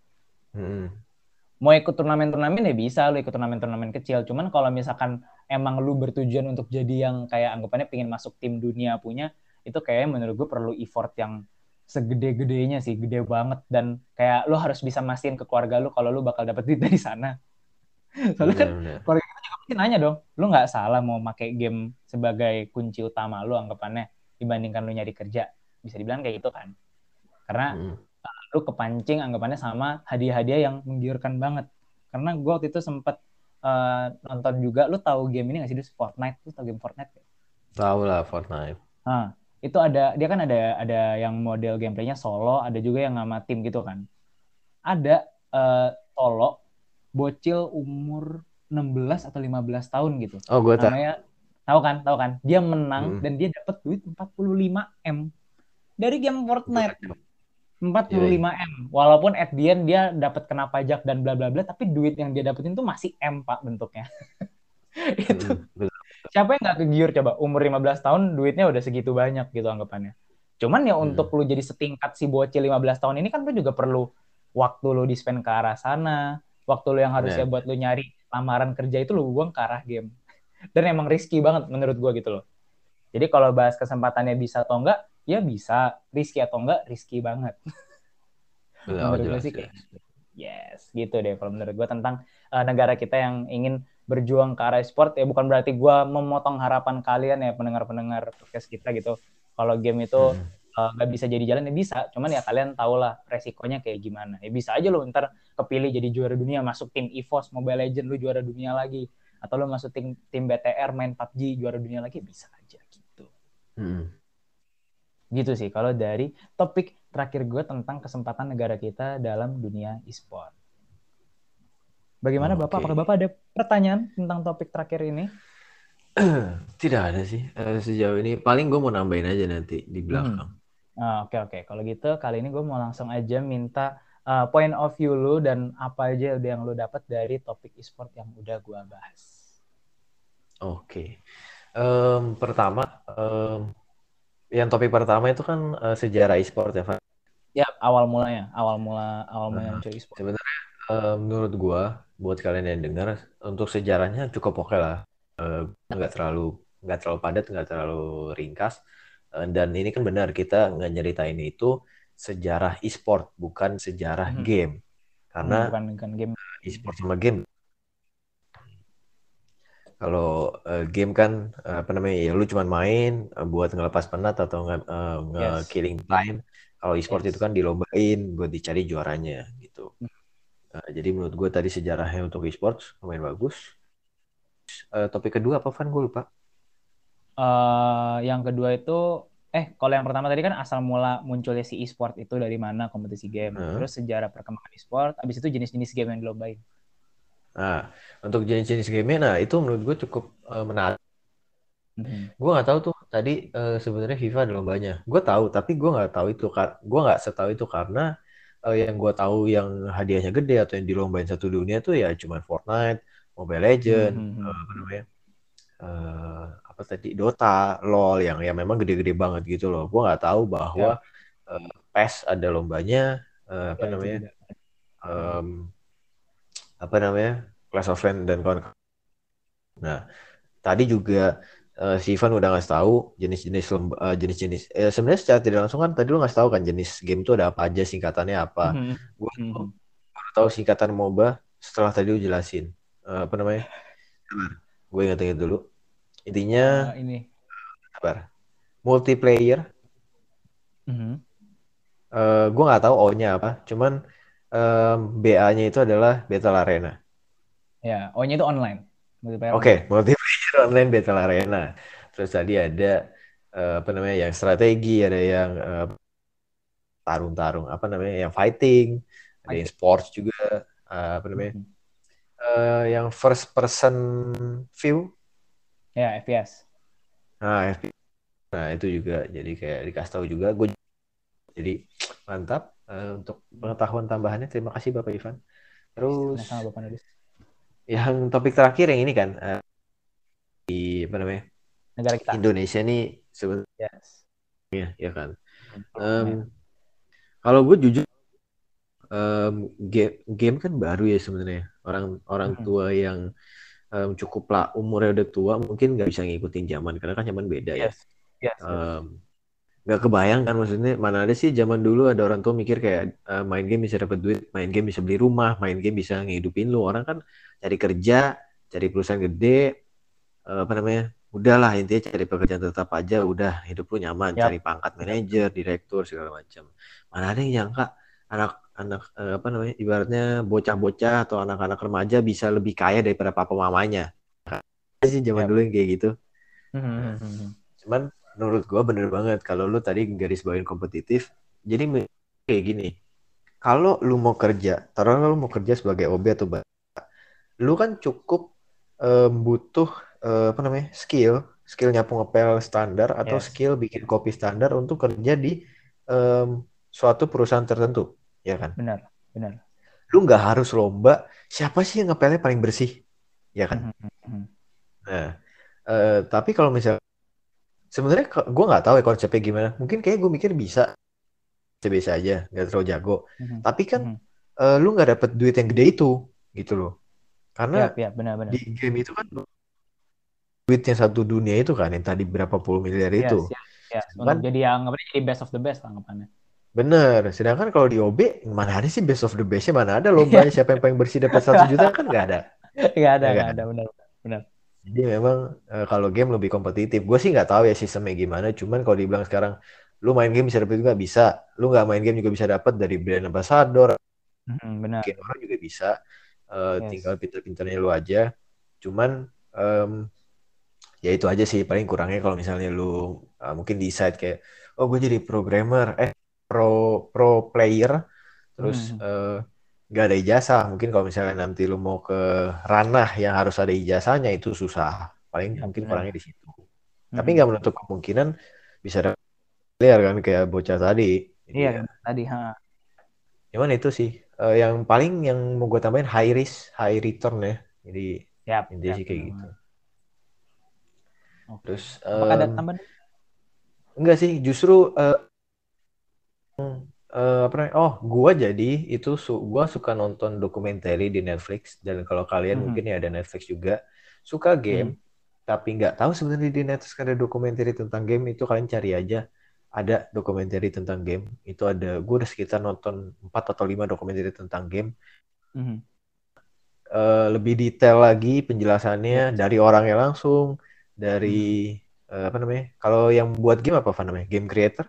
B: Hmm.
A: Mau ikut turnamen-turnamen ya bisa, lu ikut turnamen-turnamen kecil. Cuman kalau misalkan emang lu bertujuan untuk jadi yang kayak anggapannya pengen masuk tim dunia punya, itu kayaknya menurut gue perlu effort yang segede-gedenya sih, gede banget. Dan kayak lu harus bisa mastiin ke keluarga lu kalau lu bakal dapet duit dari sana. Soalnya kan
B: Benar-benar.
A: keluarga kita juga pasti nanya dong, lu nggak salah mau pakai game sebagai kunci utama lu anggapannya dibandingkan lu nyari kerja. Bisa dibilang kayak gitu kan. Karena
B: Hmm.
A: uh, lu kepancing anggapannya sama hadiah-hadiah yang menggiurkan banget. Karena gue waktu itu sempat uh, nonton juga, lu tahu game ini nggak sih, Fortnite? Lu tahu game Fortnite?
B: Tahu lah Fortnite.
A: Nah, itu ada, dia kan ada ada yang model gameplaynya solo, ada juga yang sama tim gitu kan. Ada uh, solo bocil umur enam belas atau lima belas tahun gitu.
B: Oh, gue tahu.
A: Namanya, tahu kan, tahu kan? Dia menang
B: Hmm.
A: dan dia dapat duit empat puluh lima M dari game Fortnite. empat puluh lima M. Walaupun at the end dia dapat kena pajak dan bla bla bla, tapi duit yang dia dapetin tuh masih M, Pak, bentuknya. Itu
B: Hmm.
A: siapa yang nggak kegiur coba umur lima belas tahun duitnya udah segitu banyak gitu anggapannya. Cuman ya
B: Hmm.
A: untuk lu jadi setingkat si bocil lima belas tahun ini kan lu juga perlu waktu lu di spend ke arah sana, waktu lu yang harusnya
B: Benar.
A: buat lu nyari lamaran kerja itu lu buang ke arah game. Dan emang risky banget menurut gua gitu loh. Jadi kalau bahas kesempatannya bisa atau enggak, ya bisa. Risky atau enggak, risky banget.
B: Benar,
A: Menurut gue
B: jelas,
A: sih kayak
B: jelas.
A: yes, gitu deh kalau menurut gue tentang uh, negara kita yang ingin berjuang ke arah sport. Ya bukan berarti gue memotong harapan kalian ya pendengar-pendengar podcast kita gitu. Kalau game itu
B: Hmm.
A: nggak uh, bisa jadi jalan ya bisa, cuman ya kalian tau lah resikonya kayak gimana. Ya bisa aja lo ntar kepilih jadi juara dunia, masuk tim EVOS Mobile Legends lu juara dunia lagi, atau lo masuk tim tim B T R main P U B G juara dunia lagi, bisa aja gitu.
B: Hmm.
A: Gitu sih kalau dari topik terakhir gue tentang kesempatan negara kita dalam dunia e-sport. Bagaimana
B: Okay.
A: Bapak? Apakah Bapak ada pertanyaan tentang topik terakhir ini?
B: Tidak ada sih uh, sejauh ini. Paling gue mau nambahin aja nanti di belakang.
A: Hmm. Oh, oke oke. Kalau gitu kali ini gue mau langsung aja minta uh, point of view lu dan apa aja yang lu dapat dari topik e-sport yang udah gue bahas.
B: Oke. Okay. Um, pertama, um, yang topik pertama itu kan uh, sejarah e-sport ya, Pak.
A: Ya, awal mulanya, awal mula awal mulanya
B: Nah,
A: muncul e-sport.
B: sebenarnya uh, menurut gua, buat kalian yang dengar, untuk sejarahnya cukup oke lah. Uh, nggak terlalu nggak terlalu padat, nggak terlalu ringkas. Uh, dan ini kan benar kita nggak nyeritain itu sejarah e-sport, bukan sejarah
A: Hmm.
B: game.
A: Hmm,
B: Karena
A: bukan bukan game.
B: e-sport sama game. Kalau uh, game kan uh, apa namanya ya lu cuma main uh, buat ngelepas penat atau nge, uh,
A: Yes.
B: nge-killing time. Kalau e-sport
A: Yes.
B: itu kan dilombain buat dicari juaranya gitu. Uh, jadi menurut gue tadi sejarahnya untuk e-sport lumayan bagus. Uh, topik kedua apa Van? Gue lupa.
A: Uh, yang kedua itu eh kalau yang pertama tadi kan asal mula munculnya si e-sport itu dari mana kompetisi game.
B: Uh.
A: Terus sejarah perkembangan e-sport, habis itu jenis-jenis game yang dilombain.
B: Nah, untuk jenis-jenis game, nah itu menurut gue cukup uh, menarik.
A: Mm-hmm.
B: Gue nggak tahu tuh tadi uh, sebenarnya FIFA ada lombanya. Gue tahu, tapi gue nggak tahu itu kar gue nggak setahu itu karena uh, yang gue tahu yang hadiahnya gede atau yang dilombain satu dunia tuh ya cuma Fortnite, Mobile Legends,
A: Mm-hmm.
B: uh, apa namanya, uh, apa tadi Dota, LoL yang yang memang gede-gede banget gitu loh. Gue nggak tahu bahwa
A: Ya,
B: uh, PES ada lombanya, uh, apa
A: ya itu
B: namanya,
A: juga.
B: um, apa namanya, Clash of Clans dan kawan. Nah, tadi juga uh, si Ivan udah ngasih tahu jenis-jenis lomba- uh, jenis-jenis. Eh, sebenarnya secara tidak langsung kan tadi lu ngasih tahu kan jenis game itu ada apa aja, singkatannya apa.
A: Mm-hmm.
B: Gue tuh
A: Mm-hmm.
B: baru tahu singkatan MOBA setelah tadi lu jelasin. Uh, apa namanya? Gue ingat-ingat dulu. Intinya,
A: Uh, ini.
B: sabar. Multiplayer.
A: Mm-hmm.
B: Uh, gue nggak tahu O-nya apa. Cuman um, B A-nya itu adalah Battle Arena.
A: Ya, O-nya itu online. Multiplayer
B: Oke, okay,
A: online.
B: multiplayer online Battle Arena. Terus tadi ada uh, apa namanya yang strategi, ada yang uh, tarung-tarung, apa namanya yang fighting, ada yang
A: Fighting.
B: sports juga, uh, apa namanya
A: Mm-hmm.
B: uh, yang first person view.
A: Ya, F P S.
B: Nah, F P S. Nah itu juga jadi kayak dikasih tahu juga. Gue jadi mantap uh, untuk pengetahuan tambahannya. Terima kasih Bapak Ivan. Terus
A: Sama-sama Bapak Nudis.
B: yang topik terakhir yang ini kan uh, di apa namanya
A: Negara kita.
B: Indonesia nih sebenarnya
A: Yes.
B: ya kan.
A: Um,
B: Um, kalau gue jujur um, game game kan baru ya sebenarnya. Orang orang
A: mm-hmm.
B: tua yang um, cukup lah umurnya udah tua mungkin nggak bisa ngikutin zaman karena kan zaman beda ya.
A: Yes. Yes.
B: Um, nggak kebayang kan, maksudnya mana ada sih zaman dulu ada orang tua mikir kayak uh, main game bisa dapat duit, main game bisa beli rumah, main game bisa ngehidupin lu. Orang kan cari kerja, cari perusahaan gede, uh, apa namanya, udahlah intinya cari pekerjaan tetap aja, udah hidup lu nyaman, cari
A: Yap.
B: pangkat manajer, direktur segala macam. Mana ada yang nyangka anak-anak uh, apa namanya, ibaratnya bocah-bocah atau anak-anak remaja bisa lebih kaya daripada papa mamanya. Ada sih zaman
A: Yap.
B: dulu yang kayak gitu.
A: Hmm, hmm,
B: Nah,
A: hmm, hmm.
B: cuman menurut gua bener banget kalau lu tadi garis bawain kompetitif. Jadi kayak gini, kalau lu mau kerja, taruhlah lu mau kerja sebagai O B atau ba- lu kan cukup um, butuh uh, apa namanya, skill, skill nyapu ngepel standar atau
A: Yes.
B: skill bikin kopi standar untuk kerja di um, suatu perusahaan tertentu, ya kan?
A: Benar, benar.
B: Lu nggak harus lomba siapa sih yang ngepelnya paling bersih, ya kan?
A: Hmm, hmm, hmm.
B: Nah, uh, tapi kalau misalnya sebenarnya gue nggak tahu ya konsepnya gimana. Mungkin kayak gue mikir bisa biasa aja, nggak terlalu jago.
A: Hmm,
B: Tapi kan
A: hmm.
B: uh, lu nggak dapet duit yang gede itu, gitu loh. Karena
A: Yap, yap,
B: di
A: benar-benar.
B: game itu kan duit yang satu dunia itu kan yang tadi berapa puluh miliar itu.
A: Yes, yes, yes.
B: Kan
A: Untuk jadi yang apa jadi best of the best lah anggapannya.
B: bener. Sedangkan kalau di O B mana ada sih best of the bestnya, mana ada lomba siapa yang paling bersih dapat satu juta, kan nggak ada,
A: Nggak ada,
B: ya
A: nggak
B: kan?
A: ada, benar, benar.
B: Jadi memang eh, kalau game lebih kompetitif. Gue sih nggak tahu ya sistemnya gimana. Cuman kalau dibilang sekarang lu main game bisa dapet juga bisa. Lu nggak main game juga bisa dapat dari brand ambassador.
A: Hmm,
B: Mungkin
A: benar.
B: orang juga bisa. Eh, tinggal
A: Yes.
B: pinter-pinternya lu aja. Cuman em, ya itu aja sih paling kurangnya kalau misalnya lu uh, mungkin decide kayak oh gue jadi programmer eh pro pro player terus
A: Hmm,
B: uh, gak ada ijazah, mungkin kalau misalnya nanti lu mau ke ranah yang harus ada ijazahnya itu susah, paling
A: ya
B: mungkin kurangnya
A: benar.
B: di situ, tapi
A: Hmm.
B: nggak menutup kemungkinan bisa ada player kan kayak bocah tadi ini
A: Iya
B: ya.
A: kan tadi, ha.
B: Cuman itu sih uh, yang paling yang mau gue tambahin high risk high return ya, jadi
A: Yap,
B: intinya
A: yap,
B: sih kayak
A: benar
B: gitu.
A: banget. Oke.
B: Terus
A: Apakah ada
B: um,
A: tambahan?
B: enggak sih justru uh, eh, apa namanya? Oh, gua jadi itu su gua suka nonton dokumenter di Netflix, dan kalau kalian
A: Mhm,
B: mungkin ya ada Netflix juga suka game
A: mhm.
B: tapi nggak tahu sebenarnya di Netflix ada dokumenter tentang game, itu kalian cari aja, ada dokumenter tentang game itu, ada gua udah sekitar nonton empat atau lima dokumenter tentang game.
A: Mhm.
B: Eh, lebih detail lagi penjelasannya
A: Yes.
B: dari orangnya langsung, dari
A: Mhm.
B: eh, apa namanya, kalau yang buat game apa, apa namanya, game creator.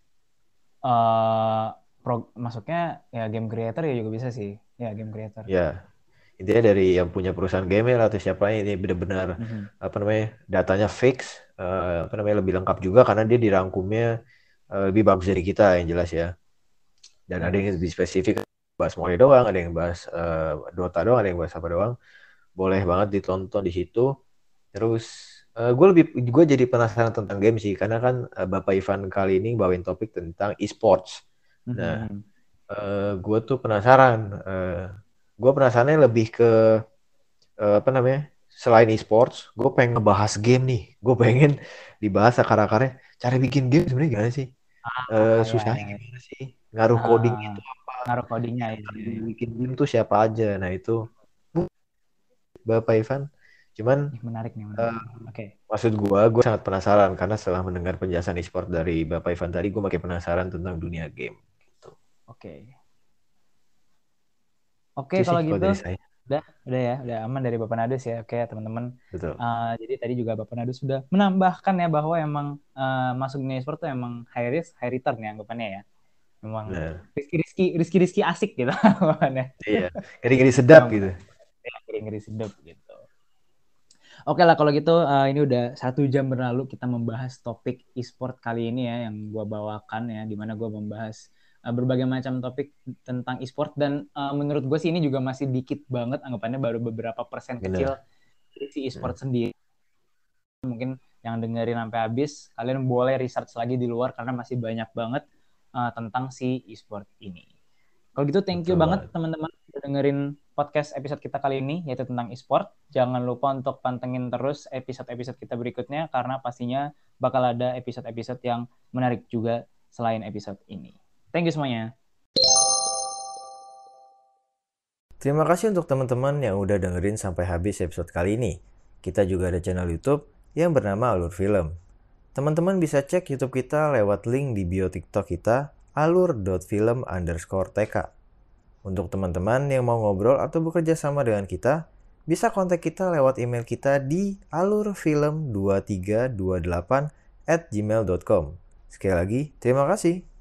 A: Eh, pro, masuknya ya game creator ya juga bisa sih. Ya game creator.
B: Ya, intinya dari yang punya perusahaan game atau siapa ini benar-benar
A: Mhm.
B: apa namanya datanya fix, eh, apa namanya lebih lengkap juga karena dia dirangkumnya eh, lebih bagus dari kita yang jelas ya. Dan ada yang
A: Yes.
B: lebih spesifik bahas Mori doang, ada yang bahas eh, Dota doang, ada yang bahas apa doang. Boleh banget ditonton di situ. Terus eh, gue lebih gue jadi penasaran tentang game sih karena kan eh, Bapak Ivan kali ini bawain topik tentang e-sports. Nah,
A: Mhm.
B: eh, gue tuh penasaran. Eh, gue penasarannya lebih ke eh, apa namanya, selain e-sports gue pengen ngebahas game nih, gue pengen dibahas akar-akarnya cara bikin game sebenarnya gimana sih. Eh,
A: Ah, ya,
B: susahnya
A: ya.
B: gimana sih, ngaruh coding
A: Ah,
B: itu apa,
A: ngaruh codingnya ya. Ya,
B: yang
A: ya.
B: bikin game tuh siapa aja, nah itu Bapak Ivan. Cuman
A: Ih, menarik nih, menarik.
B: eh,
A: Oke.
B: maksud gue gue sangat penasaran karena setelah mendengar penjelasan e-sport dari Bapak Ivan tadi gue makin penasaran tentang dunia game gitu.
A: Oke. Oke,
B: Itu sih
A: kalau
B: kalau
A: gitu
B: dari saya.
A: udah, udah ya, udah aman dari Bapak Nadus ya. Oke, teman-teman.
B: Betul.
A: Eh, jadi tadi juga Bapak Nadus sudah menambahkan ya bahwa emang eh, masuk dunia e-sport tuh emang high risk, high return ya anggapannya ya. Memang
B: Nah,
A: riski-riski riski-riski asik gitu anggapannya.
B: iya, ngeri-ngeri sedap
A: Emang
B: gitu.
A: benar. Ya, ngeri-ngeri sedap gitu. Oke lah kalau gitu eh, ini udah satu jam berlalu kita membahas topik e-sport kali ini ya yang gua bawakan ya, di mana gua membahas eh, berbagai macam topik tentang e-sport, dan eh, menurut gue sih ini juga masih dikit banget anggapannya, baru beberapa persen kecil
B: Bener.
A: dari si
B: Hmm.
A: e-sport sendiri. Mungkin yang dengerin sampai habis kalian boleh research lagi di luar karena masih banyak banget uh, tentang si e-sport ini. Kalau gitu thank you
B: Betul
A: banget
B: banget.
A: teman-teman udah dengerin podcast episode kita kali ini yaitu tentang e-sport. Jangan lupa untuk pantengin terus episode-episode kita berikutnya karena pastinya bakal ada episode-episode yang menarik juga selain episode ini. Thank you semuanya.
B: Terima kasih untuk teman-teman yang udah dengerin sampai habis episode kali ini. Kita juga ada channel YouTube yang bernama Alur Film. Teman-teman bisa cek YouTube kita lewat link di bio TikTok kita, alur dot film underscore T K. Untuk teman-teman yang mau ngobrol atau bekerja sama dengan kita, bisa kontak kita lewat email kita di alurfilm dua tiga dua delapan at gmail dot com. Sekali lagi, terima kasih.